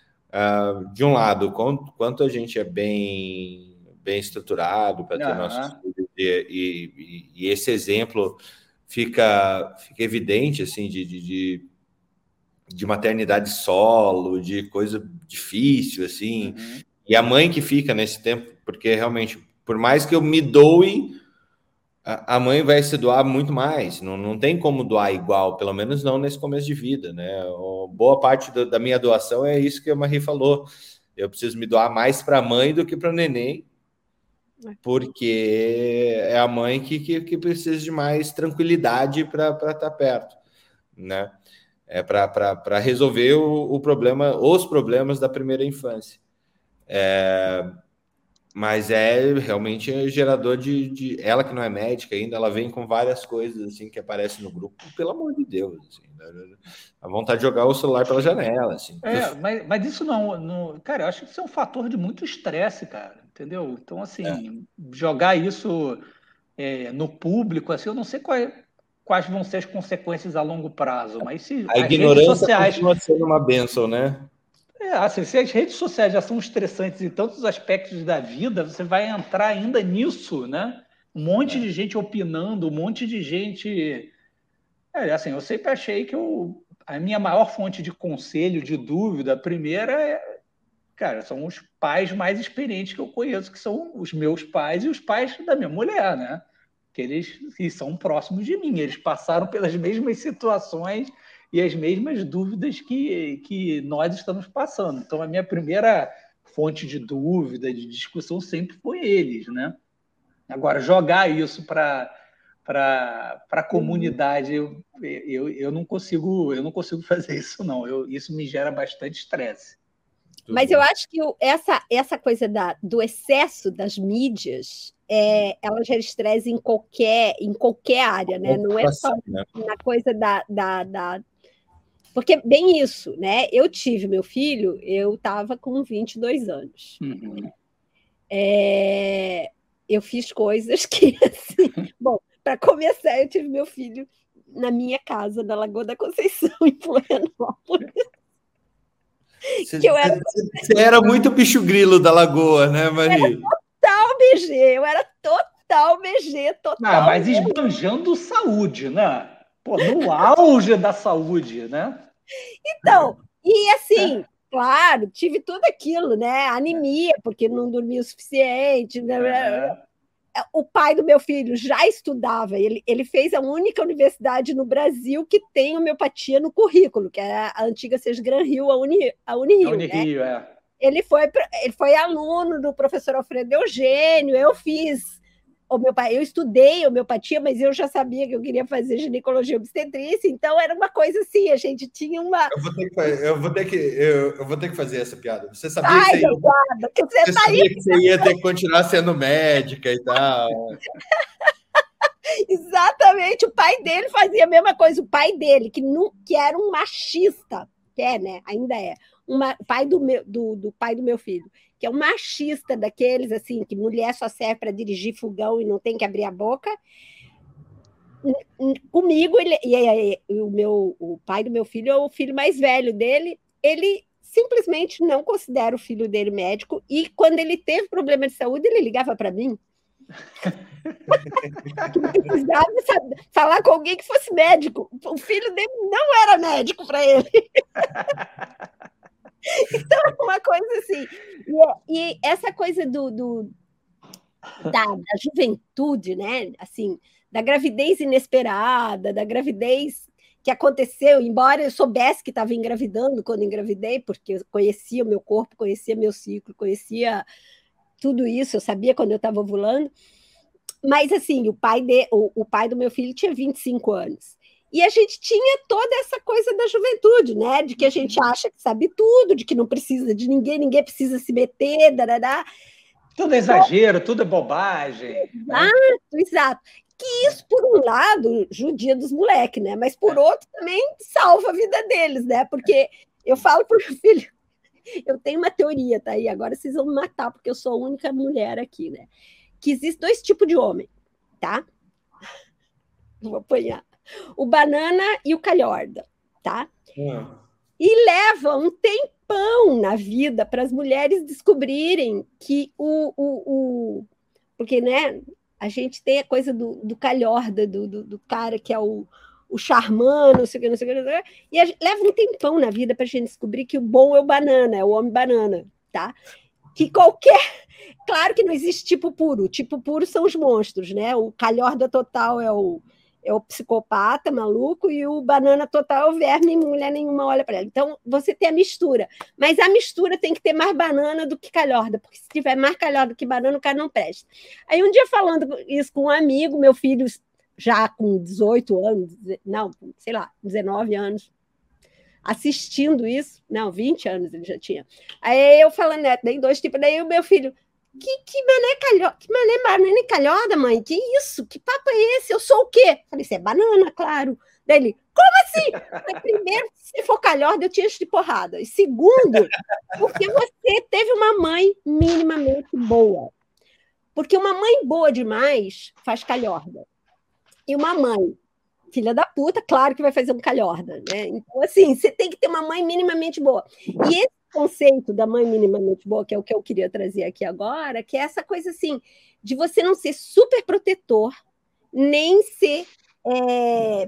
uh, de um lado, quanto, quanto a gente é bem, bem estruturado para ter uhum. nossos filhos, e, e, e esse exemplo fica, fica evidente, assim, de... de, de de maternidade solo, de coisa difícil, assim, uhum. E a mãe que fica nesse tempo, porque realmente, por mais que eu me doe, a, a mãe vai se doar muito mais, não, não tem como doar igual, pelo menos não nesse começo de vida, né? Boa parte do, da minha doação é isso que a Marie falou, eu preciso me doar mais para a mãe do que para o neném, porque é a mãe que, que, que precisa de mais tranquilidade para estar perto, né? É para resolver o, o problema, os problemas da primeira infância. É, mas é realmente gerador de, de... Ela que não é médica ainda, ela vem com várias coisas assim que aparecem no grupo, pelo amor de Deus. Assim, né? A vontade de jogar o celular pela janela. Assim. É, mas, mas isso não, não... Cara, eu acho que isso é um fator de muito estresse, cara. Entendeu? Então, assim, é. jogar isso é, no público, assim, eu não sei qual é... quais vão ser as consequências a longo prazo, mas se a as ignorância redes sociais... continua sendo uma bênção, né? É, assim, se as redes sociais já são estressantes em tantos aspectos da vida, você vai entrar ainda nisso, né? Um monte é. de gente opinando, um monte de gente... É, assim, eu sempre achei que eu... a minha maior fonte de conselho, de dúvida, a primeira é... Cara, são os pais mais experientes que eu conheço, que são os meus pais e os pais da minha mulher, né? Que eles que são próximos de mim, eles passaram pelas mesmas situações e as mesmas dúvidas que, que nós estamos passando. Então, a minha primeira fonte de dúvida, de discussão, sempre foi eles, né? Agora, jogar isso para a comunidade, eu, eu, eu, não consigo, eu não consigo fazer isso, não. Eu, isso me gera bastante estresse. Mas eu acho que essa, essa coisa da, do excesso das mídias, é, ela gera estresse em qualquer, em qualquer área, né? Não é só na coisa da, da, da, Porque, bem isso, né? Eu tive meu filho, eu estava com vinte e dois anos. Uhum. É, eu fiz coisas que, assim... Bom, para começar, eu tive meu filho na minha casa, na Lagoa da Conceição, em Florianópolis. Você, que eu era... você era muito bicho grilo da Lagoa, né, Mari? Total B G, eu era total B G, total... Ah, mas esbanjando saúde, né? Pô, no auge da saúde, né? Então, e assim, é. claro, tive tudo aquilo, né? Anemia, porque não dormia o suficiente. Né? É. O pai do meu filho já estudava, ele, ele fez a única universidade no Brasil que tem homeopatia no currículo, que é a antiga Sesgran Rio, a, Uni, a Unirio. A Unirio, né? é. Ele foi, ele foi aluno do professor Alfredo Eugênio, eu fiz homeopatia, eu estudei homeopatia, mas eu já sabia que eu queria fazer ginecologia obstetrícia, então era uma coisa assim, a gente tinha uma... Eu vou ter que, eu vou ter que, eu, eu vou ter que fazer essa piada. Você sabia, Ai, que, você ia, guarda, que você, você, sabia que você ia ter que continuar sendo médica e tal. Exatamente, o pai dele fazia a mesma coisa, o pai dele, que, não, que era um machista, que é, né, ainda é, uma, pai do, meu, do, do pai do meu filho, que é um machista daqueles, assim, que mulher só serve para dirigir fogão e não tem que abrir a boca. Comigo, ele, e, e, e o, meu, o pai do meu filho é o filho mais velho dele, ele simplesmente não considera o filho dele médico, e quando ele teve problema de saúde, ele ligava para mim. Precisava saber, falar com alguém que fosse médico. O filho dele não era médico para ele. Então, uma coisa assim. E, e essa coisa do, do da, da juventude, né? Assim, da gravidez inesperada, da gravidez que aconteceu, embora eu soubesse que estava engravidando quando engravidei, porque eu conhecia o meu corpo, conhecia meu ciclo, conhecia tudo isso, eu sabia quando eu estava ovulando. Mas, assim, o pai, de, o, o pai do meu filho tinha vinte e cinco anos. E a gente tinha toda essa coisa da juventude, né? De que a gente acha que sabe tudo, de que não precisa de ninguém, ninguém precisa se meter, darará. Tudo é exagero, tudo é bobagem. Exato, né? Exato. Que isso, por um lado, judia dos moleques, né? Mas, por outro, também salva a vida deles, né? Porque eu falo para o meu filho, eu tenho uma teoria, tá aí, agora vocês vão me matar, porque eu sou a única mulher aqui, né? Que existem dois tipos de homem, tá? Vou apanhar. O banana e o calhorda, tá? Hum. E leva um tempão na vida para as mulheres descobrirem que o, o, o... Porque, né, a gente tem a coisa do, do calhorda, do, do, do cara que é o, o charmano, não sei o que, não sei o que, não sei o que, e a, leva um tempão na vida para a gente descobrir que o bom é o banana, é o homem banana, tá? Que qualquer... Claro que não existe tipo puro. Tipo puro são os monstros, né? O calhorda total é o, é o psicopata maluco e o banana total é o verme e mulher nenhuma olha para ela. Então, você tem a mistura. Mas a mistura tem que ter mais banana do que calhorda, porque se tiver mais calhorda que banana, o cara não presta. Aí, um dia, falando isso com um amigo, meu filho já com dezoito anos, não, sei lá, dezenove anos, assistindo isso, não, vinte anos ele já tinha. Aí eu falando, né, tem dois tipos, daí o meu filho, que, que mané calhorda, que mané banana e calhorda, mãe, que isso, que papo é esse, eu sou o quê? Falei, você é banana, claro. Daí ele, como assim? Falei, primeiro, se for calhorda, eu te encho de porrada, e segundo, porque você teve uma mãe minimamente boa, porque uma mãe boa demais faz calhorda, e uma mãe filha da puta, claro que vai fazer um calhorda, né? Então, assim, você tem que ter uma mãe minimamente boa. E esse conceito da mãe minimamente boa, que é o que eu queria trazer aqui agora, que é essa coisa, assim, de você não ser super protetor, nem ser... É...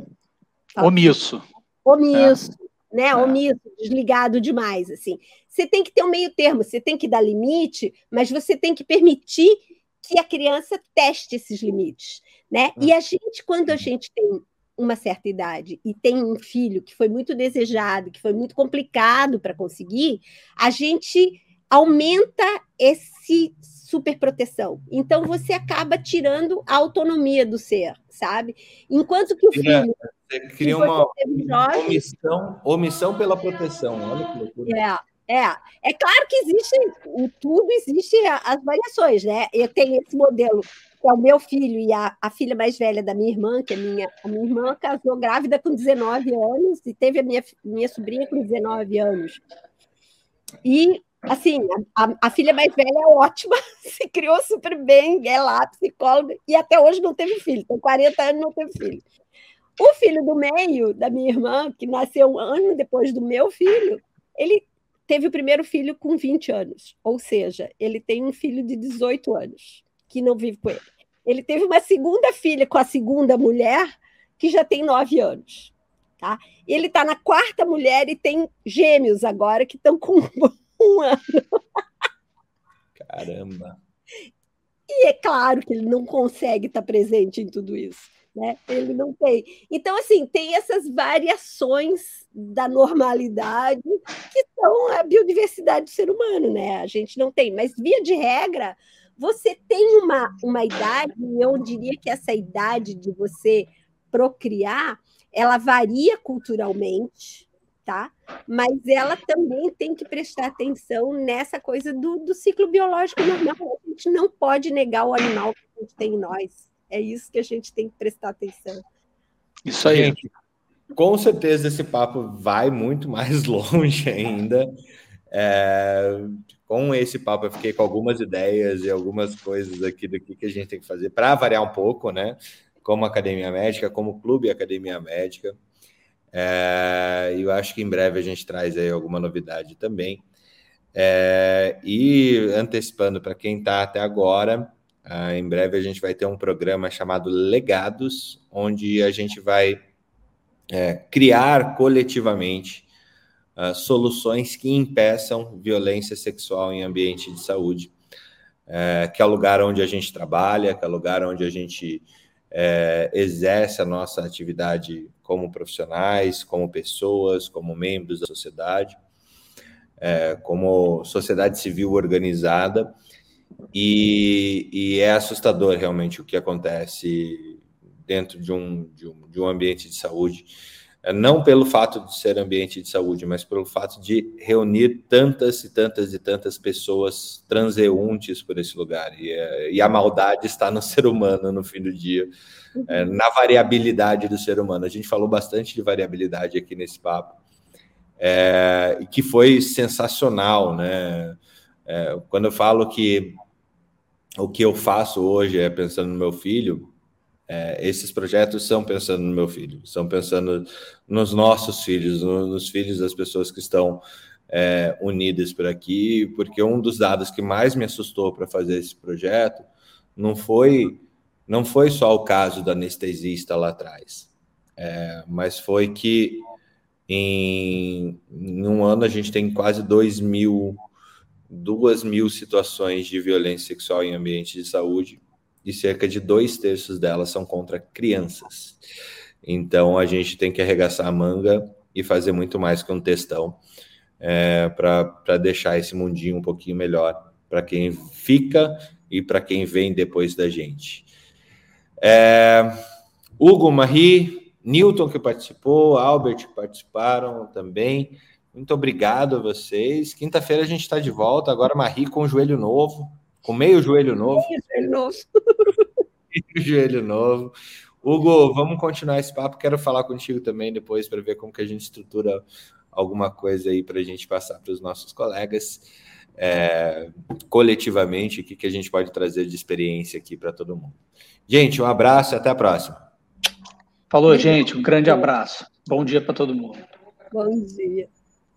Omisso. Omisso, é. né? É. Omisso, desligado demais, assim. Você tem que ter um meio termo, você tem que dar limite, mas você tem que permitir que a criança teste esses limites, né? Hum. E a gente, quando a gente tem uma certa idade e tem um filho que foi muito desejado, que foi muito complicado para conseguir, a gente aumenta esse superproteção. Então, você acaba tirando a autonomia do ser, sabe? Enquanto que o filho... Você cria uma omissão, omissão pela proteção. Olha que loucura. É, É, é claro que existe, em tudo existe as variações, né? Eu tenho esse modelo, que é o meu filho e a, a filha mais velha da minha irmã, que é minha, a minha irmã casou grávida com dezenove anos e teve a minha, minha sobrinha com dezenove anos. E, assim, a, a filha mais velha é ótima, se criou super bem, é lá, psicóloga, e até hoje não teve filho, tem quarenta anos e não teve filho. O filho do meio, da minha irmã, que nasceu um ano depois do meu filho, ele teve o primeiro filho com vinte anos, ou seja, ele tem um filho de dezoito anos, que não vive com ele. Ele teve uma segunda filha com a segunda mulher, que já tem nove anos. Tá? Ele está na quarta mulher e tem gêmeos agora, que estão com um ano. Caramba! E é claro que ele não consegue estar presente em tudo isso. Né? Ele não tem. Então, assim, tem essas variações da normalidade que são a biodiversidade do ser humano, né? A gente não tem, mas via de regra, você tem uma, uma idade, e eu diria que essa idade de você procriar, ela varia culturalmente, tá? Mas ela também tem que prestar atenção nessa coisa do, do ciclo biológico normal. A gente não pode negar o animal que a gente tem em nós. É isso que a gente tem que prestar atenção. Isso aí. Gente, com certeza esse papo vai muito mais longe ainda. É, com esse papo eu fiquei com algumas ideias e algumas coisas aqui do que a gente tem que fazer para variar um pouco, né? Como Academia Médica, como Clube Academia Médica. É, eu acho que em breve a gente traz aí alguma novidade também. É, e antecipando para quem está até agora, Uh, em breve a gente vai ter um programa chamado Legados, onde a gente vai é, criar coletivamente uh, soluções que impeçam violência sexual em ambiente de saúde, é, que é o lugar onde a gente trabalha, que é o lugar onde a gente é, exerce a nossa atividade como profissionais, como pessoas, como membros da sociedade, é, como sociedade civil organizada. E, e é assustador realmente o que acontece dentro de um, de, um, de um ambiente de saúde, não pelo fato de ser ambiente de saúde, mas pelo fato de reunir tantas e tantas e tantas pessoas transeuntes por esse lugar. E, e a maldade está no ser humano no fim do dia, é, na variabilidade do ser humano. A gente falou bastante de variabilidade aqui nesse papo, é, que foi sensacional, né? É, quando eu falo que o que eu faço hoje é pensando no meu filho, é, esses projetos são pensando no meu filho, são pensando nos nossos filhos, no, nos filhos das pessoas que estão é, unidas por aqui, porque um dos dados que mais me assustou para fazer esse projeto não foi, não foi só o caso da anestesista lá atrás, é, mas foi que em, em um ano a gente tem quase dois mil duas mil situações de violência sexual em ambiente de saúde e cerca de dois terços delas são contra crianças. Então, a gente tem que arregaçar a manga e fazer muito mais que um textão é, para deixar esse mundinho um pouquinho melhor para quem fica e para quem vem depois da gente. É, Hugo, Marie, Newton que participou, Albert que participaram também. Muito obrigado a vocês. Quinta-feira a gente está de volta. Agora Marie com joelho novo, com meio joelho novo. Meio joelho novo. Meio joelho novo. Hugo, vamos continuar esse papo. Quero falar contigo também depois para ver como que a gente estrutura alguma coisa aí para a gente passar para os nossos colegas. É, coletivamente, o que, que a gente pode trazer de experiência aqui para todo mundo. Gente, um abraço e até a próxima. Falou, gente. Um grande abraço. Bom dia para todo mundo. Bom dia.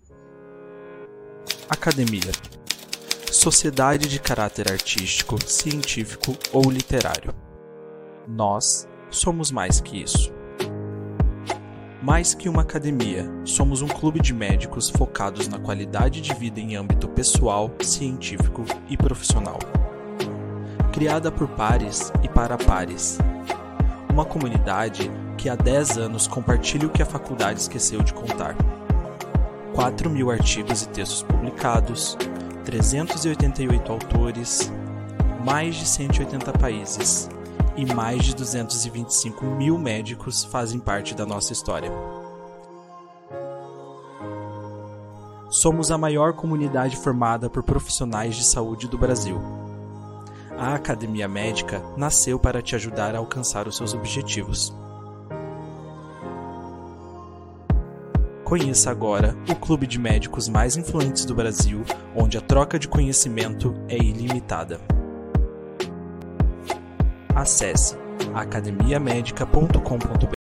Academia. Sociedade de caráter artístico, científico ou literário. Nós somos mais que isso. Mais que uma academia, somos um clube de médicos focados na qualidade de vida em âmbito pessoal, científico e profissional. Criada por pares e para pares. Uma comunidade que há dez anos compartilha o que a faculdade esqueceu de contar. quatro mil artigos e textos publicados, trezentos e oitenta e oito autores, mais de cento e oitenta países e mais de duzentos e vinte e cinco mil médicos fazem parte da nossa história. Somos a maior comunidade formada por profissionais de saúde do Brasil. A Academia Médica nasceu para te ajudar a alcançar os seus objetivos. Conheça agora o clube de médicos mais influentes do Brasil, onde a troca de conhecimento é ilimitada. Acesse academia médica ponto com ponto br